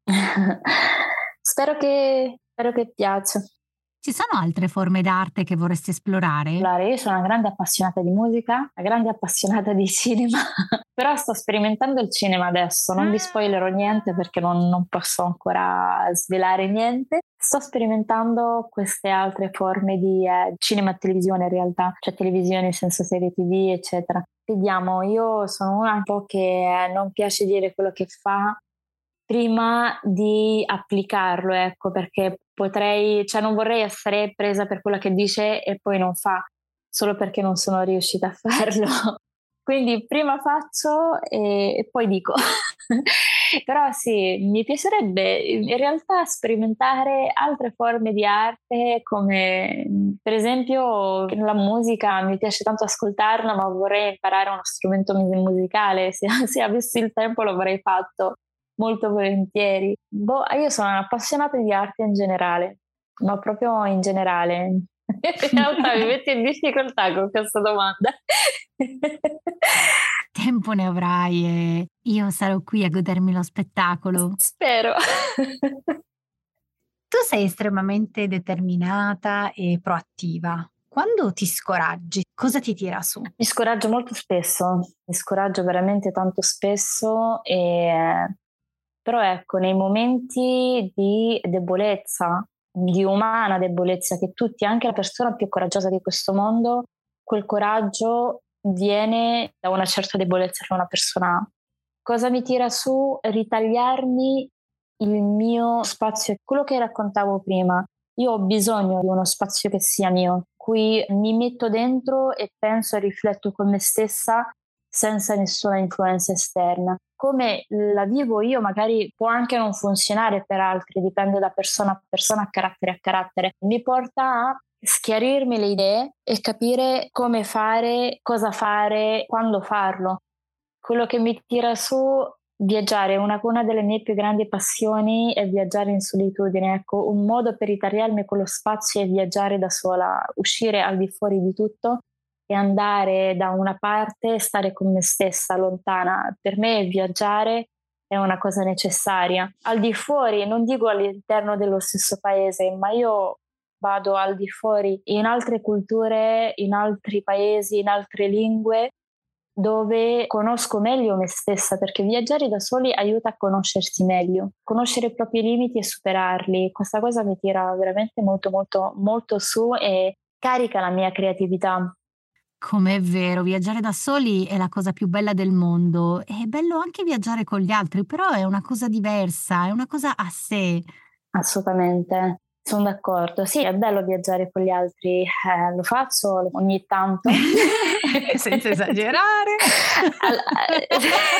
Spero che, spero che piaccia. Ci sono altre forme d'arte che vorresti esplorare? Allora, io sono una grande appassionata di musica, una grande appassionata di cinema, però sto sperimentando il cinema adesso, non vi spoilerò niente perché non, non posso ancora svelare niente. Sto sperimentando queste altre forme di eh, cinema e televisione in realtà, cioè televisione in senso serie tivù, eccetera. Vediamo, io sono una un po' che non piace dire quello che fa prima di applicarlo, ecco, perché potrei, cioè non vorrei essere presa per quello che dice e poi non fa, solo perché non sono riuscita a farlo. Quindi prima faccio e, e poi dico. Però sì, mi piacerebbe in realtà sperimentare altre forme di arte, come per esempio la musica, mi piace tanto ascoltarla, ma vorrei imparare uno strumento musicale, se, se avessi il tempo lo avrei fatto molto volentieri. Boh, io sono appassionata di arte in generale, ma proprio in generale. In realtà mi metti in difficoltà con questa domanda. Tempo ne avrai e io sarò qui a godermi lo spettacolo. Spero. Tu sei estremamente determinata e proattiva. Quando ti scoraggi, cosa ti tira su? Mi scoraggio molto spesso, mi scoraggio veramente tanto spesso, e... però ecco, nei momenti di debolezza, di umana debolezza, che tutti, anche la persona più coraggiosa di questo mondo, quel coraggio viene da una certa debolezza che una persona ha. Cosa mi tira su? Ritagliarmi il mio spazio, quello che raccontavo prima. Io ho bisogno di uno spazio che sia mio, cui mi metto dentro e penso e rifletto con me stessa senza nessuna influenza esterna. Come la vivo io magari può anche non funzionare per altri, dipende da persona a persona, a carattere a carattere. Mi porta a schiarirmi le idee e capire come fare, cosa fare, quando farlo. Quello che mi tira su, viaggiare, una, una delle mie più grandi passioni è viaggiare in solitudine. Ecco, un modo per ritagliarmi quello spazio è viaggiare da sola, uscire al di fuori di tutto e andare da una parte e stare con me stessa, lontana. Per me viaggiare è una cosa necessaria. Al di fuori, non dico all'interno dello stesso paese, ma io vado al di fuori in altre culture, in altri paesi, in altre lingue, dove conosco meglio me stessa, perché viaggiare da soli aiuta a conoscersi meglio, conoscere i propri limiti e superarli. Questa cosa mi tira veramente molto molto molto su e carica la mia creatività. Com'è vero, viaggiare da soli è la cosa più bella del mondo. È bello anche viaggiare con gli altri, però è una cosa diversa, è una cosa a sé. Assolutamente. Sono d'accordo, sì, è bello viaggiare con gli altri, eh, lo faccio ogni tanto. Senza esagerare.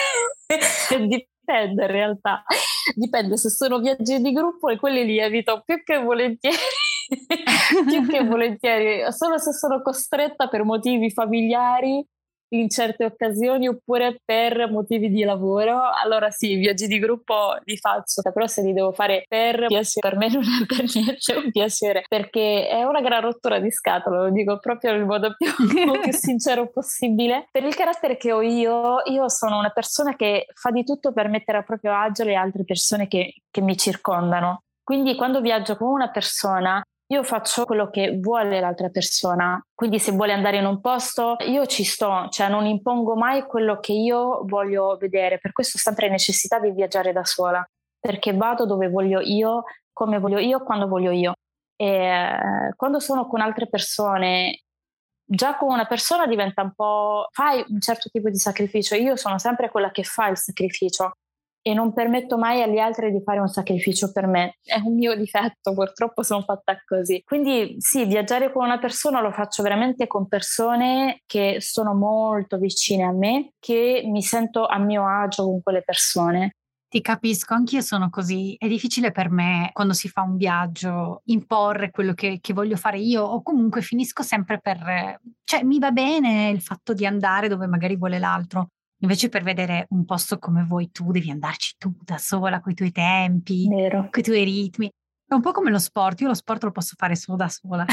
Dipende in realtà, dipende se sono viaggi di gruppo e quelli li evito più che volentieri, più che volentieri, solo se sono costretta per motivi familiari in certe occasioni oppure per motivi di lavoro, allora sì, i viaggi di gruppo li faccio, però se li devo fare per piacere, per me non è per niente un piacere, perché è una gran rottura di scatola, lo dico proprio nel modo più, più sincero possibile. Per il carattere che ho io, io sono una persona che fa di tutto per mettere a proprio agio le altre persone che, che mi circondano. Quindi quando viaggio con una persona io faccio quello che vuole l'altra persona, quindi se vuole andare in un posto io ci sto, cioè non impongo mai quello che io voglio vedere, per questo ho sempre necessità di viaggiare da sola, perché vado dove voglio io, come voglio io, quando voglio io. E eh, quando sono con altre persone, già con una persona diventa un po', fai un certo tipo di sacrificio, io sono sempre quella che fa il sacrificio e non permetto mai agli altri di fare un sacrificio per me, è un mio difetto, purtroppo sono fatta così. Quindi sì, viaggiare con una persona lo faccio veramente con persone che sono molto vicine a me, che mi sento a mio agio con quelle persone. Ti capisco, anch'io sono così. È difficile per me quando si fa un viaggio imporre quello che, che voglio fare io, o comunque finisco sempre per, cioè mi va bene il fatto di andare dove magari vuole l'altro. Invece per vedere un posto come vuoi tu devi andarci tu da sola, coi tuoi tempi, Vero. coi tuoi ritmi. È un po' come lo sport, io lo sport lo posso fare solo da sola.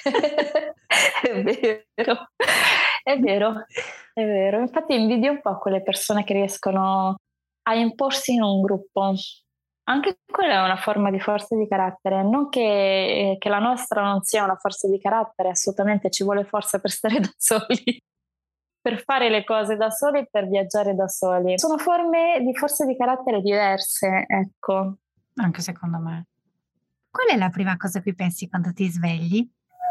È vero, è vero, è vero. Infatti invidio un po' quelle persone che riescono a imporsi in un gruppo. Anche quella è una forma di forza di carattere, non che, che la nostra non sia una forza di carattere, assolutamente ci vuole forza per stare da soli, per fare le cose da soli, per viaggiare da soli. Sono forme di forze di carattere diverse, ecco. Anche secondo me. Qual è la prima cosa a cui pensi quando ti svegli?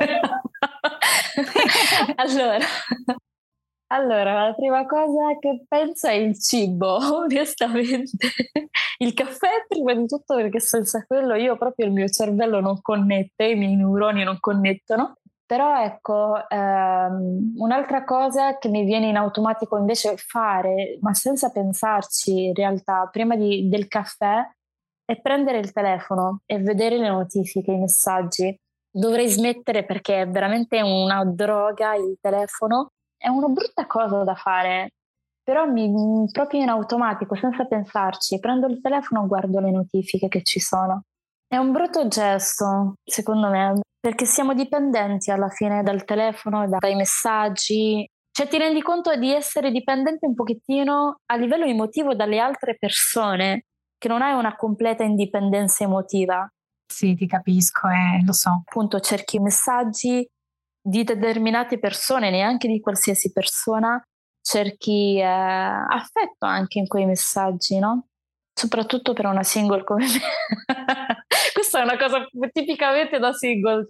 allora, allora, la prima cosa che penso è il cibo, onestamente. Il caffè prima di tutto, perché senza quello io proprio il mio cervello non connette, i miei neuroni non connettono. Però ecco, ehm, un'altra cosa che mi viene in automatico invece fare, ma senza pensarci in realtà, prima di, del caffè, è prendere il telefono e vedere le notifiche, i messaggi. Dovrei smettere perché è veramente una droga il telefono, è una brutta cosa da fare, però mi, proprio in automatico, senza pensarci, prendo il telefono e guardo le notifiche che ci sono. È un brutto gesto, secondo me, perché siamo dipendenti alla fine dal telefono, dai messaggi. Cioè ti rendi conto di essere dipendente un pochettino a livello emotivo dalle altre persone, che non hai una completa indipendenza emotiva. Sì, ti capisco, eh, lo so. Appunto cerchi messaggi di determinate persone, neanche di qualsiasi persona, cerchi eh, affetto anche in quei messaggi, no? Soprattutto per una single come me. Questa è una cosa tipicamente da single.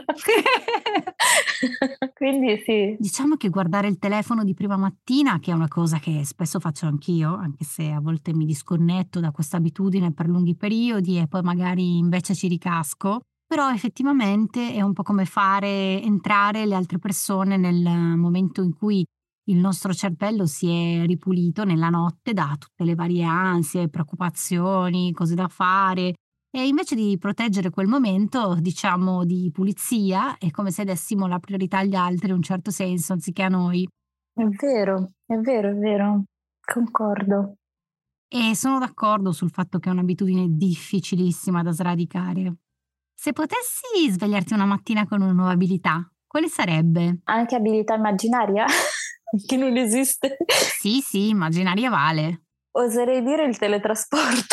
Quindi sì. Diciamo che guardare il telefono di prima mattina, che è una cosa che spesso faccio anch'io, anche se a volte mi disconnetto da questa abitudine per lunghi periodi e poi magari invece ci ricasco, però effettivamente è un po' come fare entrare le altre persone nel momento in cui il nostro cervello si è ripulito nella notte da tutte le varie ansie, preoccupazioni, cose da fare. E invece di proteggere quel momento, diciamo, di pulizia, è come se dessimo la priorità agli altri in un certo senso, anziché a noi. È vero, è vero, è vero, concordo. E sono d'accordo sul fatto che è un'abitudine difficilissima da sradicare. Se potessi svegliarti una mattina con una nuova abilità, quale sarebbe? Anche abilità immaginaria, che non esiste. Sì, sì, immaginaria vale. Oserei dire il teletrasporto.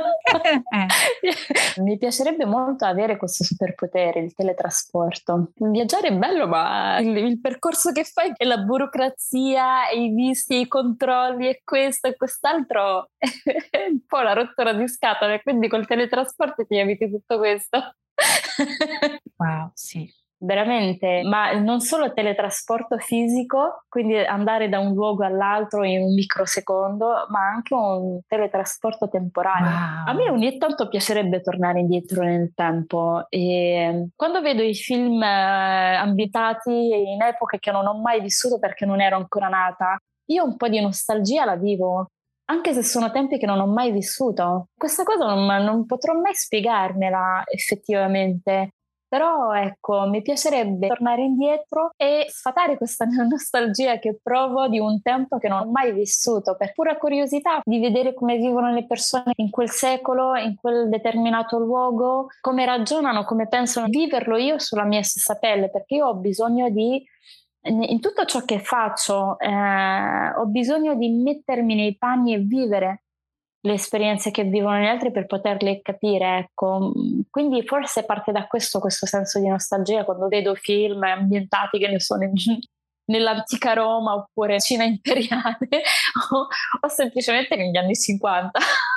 eh. Mi piacerebbe molto avere questo superpotere, il teletrasporto. Viaggiare è bello, ma il, il percorso che fai e la burocrazia e i visti, i controlli e questo e quest'altro è un po' la rottura di scatole, quindi col teletrasporto ti eviti tutto questo. Wow, sì. Veramente, ma non solo teletrasporto fisico, quindi andare da un luogo all'altro in un microsecondo, ma anche un teletrasporto temporale. Wow. A me ogni tanto piacerebbe tornare indietro nel tempo e quando vedo i film eh, ambientati in epoche che non ho mai vissuto perché non ero ancora nata, io un po' di nostalgia la vivo. anche se sono tempi che non ho mai vissuto. Questa cosa non, non potrò mai spiegarmela effettivamente, però ecco, mi piacerebbe tornare indietro e sfatare questa nostalgia che provo di un tempo che non ho mai vissuto, per pura curiosità di vedere come vivono le persone in quel secolo, in quel determinato luogo, come ragionano, come pensano, viverlo io sulla mia stessa pelle, perché io ho bisogno di, in tutto ciò che faccio, eh, ho bisogno di mettermi nei panni e vivere le esperienze che vivono gli altri per poterle capire, ecco. Quindi forse parte da questo questo senso di nostalgia quando vedo film ambientati, che ne so, nel, nell'antica Roma oppure Cina imperiale o, o semplicemente negli anni cinquanta.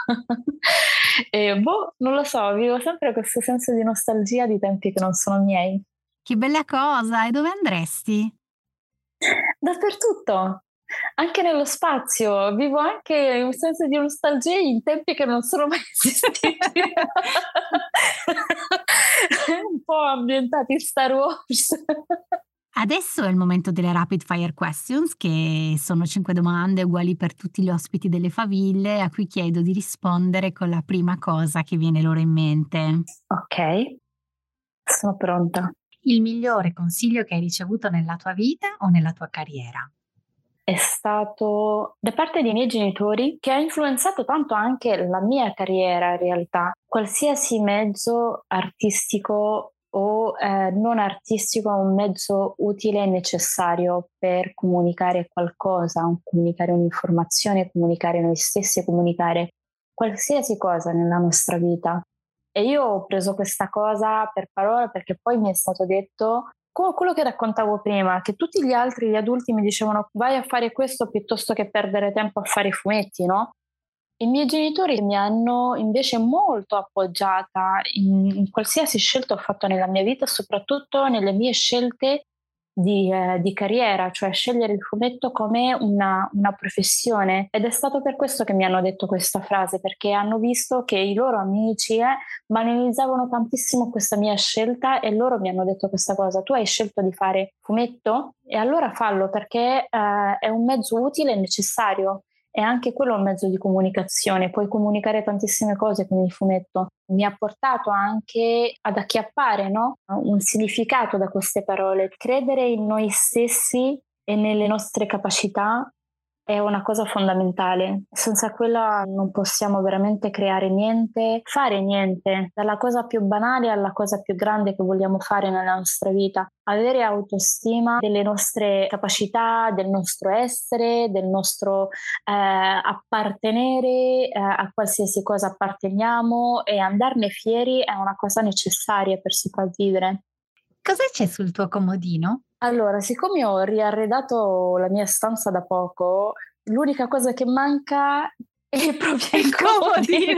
E boh, non lo so, vivo sempre questo senso di nostalgia di tempi che non sono miei. Che bella cosa! E dove andresti? Dappertutto, anche nello spazio, vivo anche un senso di nostalgia in tempi che non sono mai esistiti. Un po' ambientati in Star Wars. Adesso è il momento delle rapid fire questions, che sono cinque domande uguali per tutti gli ospiti delle faville, a cui chiedo di rispondere con la prima cosa che viene loro in mente. Ok, sono pronta. Il migliore consiglio che hai ricevuto nella tua vita o nella tua carriera? È stato da parte dei miei genitori, che ha influenzato tanto anche la mia carriera in realtà. Qualsiasi mezzo artistico o eh, non artistico è un mezzo utile e necessario per comunicare qualcosa, comunicare un'informazione, comunicare noi stessi, comunicare qualsiasi cosa nella nostra vita. E io ho preso questa cosa per parola perché poi mi è stato detto, come quello che raccontavo prima, che tutti gli altri, gli adulti mi dicevano vai a fare questo piuttosto che perdere tempo a fare i fumetti, no? I miei genitori mi hanno invece molto appoggiata in, in qualsiasi scelta ho fatto nella mia vita, soprattutto nelle mie scelte di, eh, di carriera, cioè scegliere il fumetto come una, una professione. Ed è stato per questo che mi hanno detto questa frase, perché hanno visto che i loro amici eh, banalizzavano tantissimo questa mia scelta e loro mi hanno detto questa cosa: tu hai scelto di fare fumetto e allora fallo, perché eh, è un mezzo utile e necessario. E anche quello è un mezzo di comunicazione, puoi comunicare tantissime cose con il fumetto. Mi ha portato anche ad acchiappare, no? Un significato da queste parole. Credere in noi stessi e nelle nostre capacità è una cosa fondamentale. Senza quella non possiamo veramente creare niente, fare niente, dalla cosa più banale alla cosa più grande che vogliamo fare nella nostra vita. Avere autostima delle nostre capacità, del nostro essere, del nostro eh, appartenere eh, a qualsiasi cosa apparteniamo, e andarne fieri è una cosa necessaria per sopravvivere. Cosa c'è sul tuo comodino? Allora, siccome ho riarredato la mia stanza da poco, l'unica cosa che manca è proprio il comodino.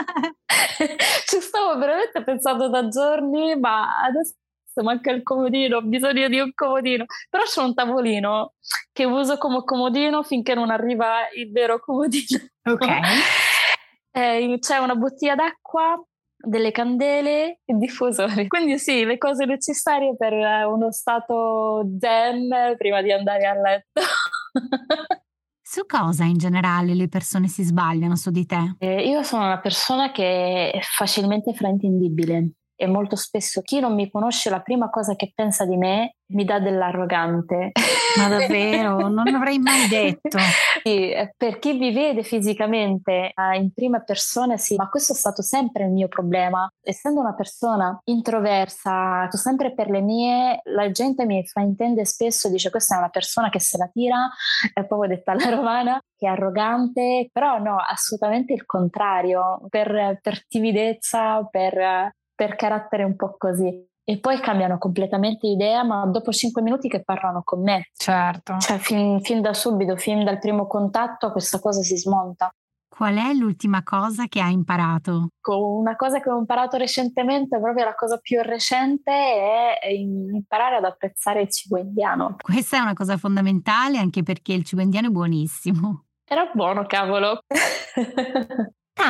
Ci stavo veramente pensando da giorni, ma adesso manca il comodino, ho bisogno di un comodino. Però c'è un tavolino che uso come comodino finché non arriva il vero comodino. Ok. Eh, c'è una bottiglia d'acqua, delle candele e diffusori. Quindi sì, le cose necessarie per uno stato zen prima di andare a letto. Su cosa in generale le persone si sbagliano su di te? Eh, io sono una persona che è facilmente fraintendibile e molto spesso chi non mi conosce la prima cosa che pensa di me mi dà dell'arrogante. Ma davvero? Non l'avrei mai detto. Sì, per chi mi vede fisicamente eh, in prima persona, sì, ma questo è stato sempre il mio problema. Essendo una persona introversa, sempre per le mie, la gente mi fraintende spesso, dice questa è una persona che se la tira, è proprio detta alla romana, che è arrogante, però no, assolutamente il contrario, per, per timidezza, per, per carattere un po' così. E poi cambiano completamente idea, ma dopo cinque minuti che parlano con me. Certo. Cioè, fin, fin da subito, fin dal primo contatto, questa cosa si smonta. Qual è l'ultima cosa che hai imparato? Una cosa che ho imparato recentemente, proprio la cosa più recente, è imparare ad apprezzare il cibo indiano. Questa è una cosa fondamentale, anche perché il cibo indiano è buonissimo. Era buono, cavolo!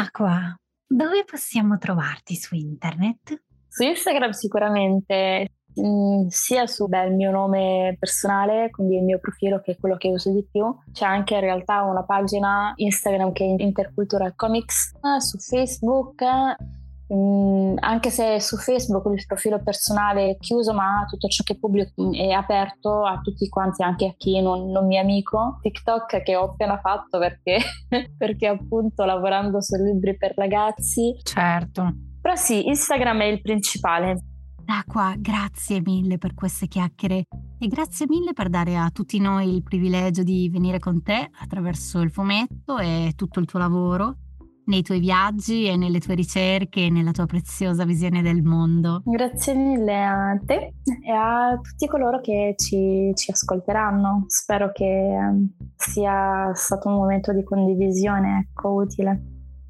Taqua, dove possiamo trovarti su internet? Su Instagram sicuramente, mh, sia sul beh, mio nome personale, quindi il mio profilo, che è quello che uso di più. C'è anche in realtà una pagina Instagram che è Intercultural Comics, su Facebook. Mm, anche se su Facebook il profilo personale è chiuso, ma tutto ciò che pubblico è aperto a tutti quanti, anche a chi non, non mi è amico. TikTok che ho appena fatto perché, perché appunto lavorando su libri per ragazzi. Certo. Però sì, Instagram è il principale. Acqua, grazie mille per queste chiacchiere e grazie mille per dare a tutti noi il privilegio di venire con te attraverso il fumetto e tutto il tuo lavoro, nei tuoi viaggi e nelle tue ricerche e nella tua preziosa visione del mondo. Grazie mille a te e a tutti coloro che ci, ci ascolteranno. Spero che um, sia stato un momento di condivisione, ecco, utile.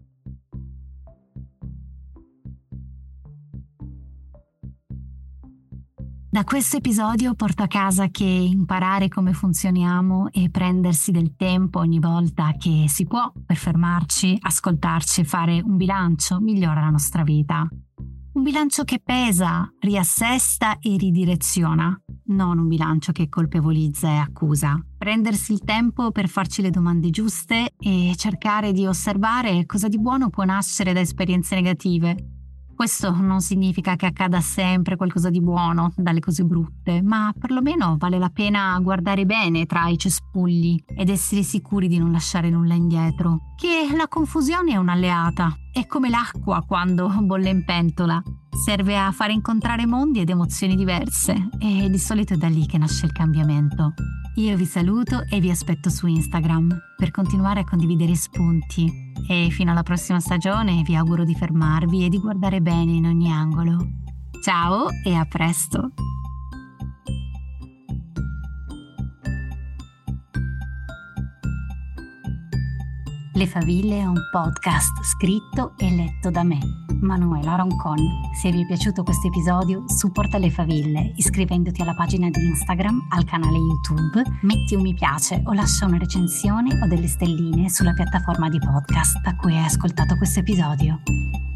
Da questo episodio porto a casa che imparare come funzioniamo e prendersi del tempo ogni volta che si può per fermarci, ascoltarci e fare un bilancio migliora la nostra vita. Un bilancio che pesa, riassesta e ridireziona, non un bilancio che colpevolizza e accusa. Prendersi il tempo per farci le domande giuste e cercare di osservare cosa di buono può nascere da esperienze negative. Questo non significa che accada sempre qualcosa di buono dalle cose brutte, ma perlomeno vale la pena guardare bene tra i cespugli ed essere sicuri di non lasciare nulla indietro. Che la confusione è un'alleata, è come l'acqua quando bolle in pentola. Serve a fare incontrare mondi ed emozioni diverse e di solito è da lì che nasce il cambiamento. Io vi saluto e vi aspetto su Instagram per continuare a condividere spunti. E fino alla prossima stagione vi auguro di fermarvi e di guardare bene in ogni angolo. Ciao e a presto! Le Faville è un podcast scritto e letto da me, Manuela Roncon. Se vi è piaciuto questo episodio, supporta Le Faville iscrivendoti alla pagina di Instagram, al canale YouTube, metti un mi piace o lascia una recensione o delle stelline sulla piattaforma di podcast da cui hai ascoltato questo episodio.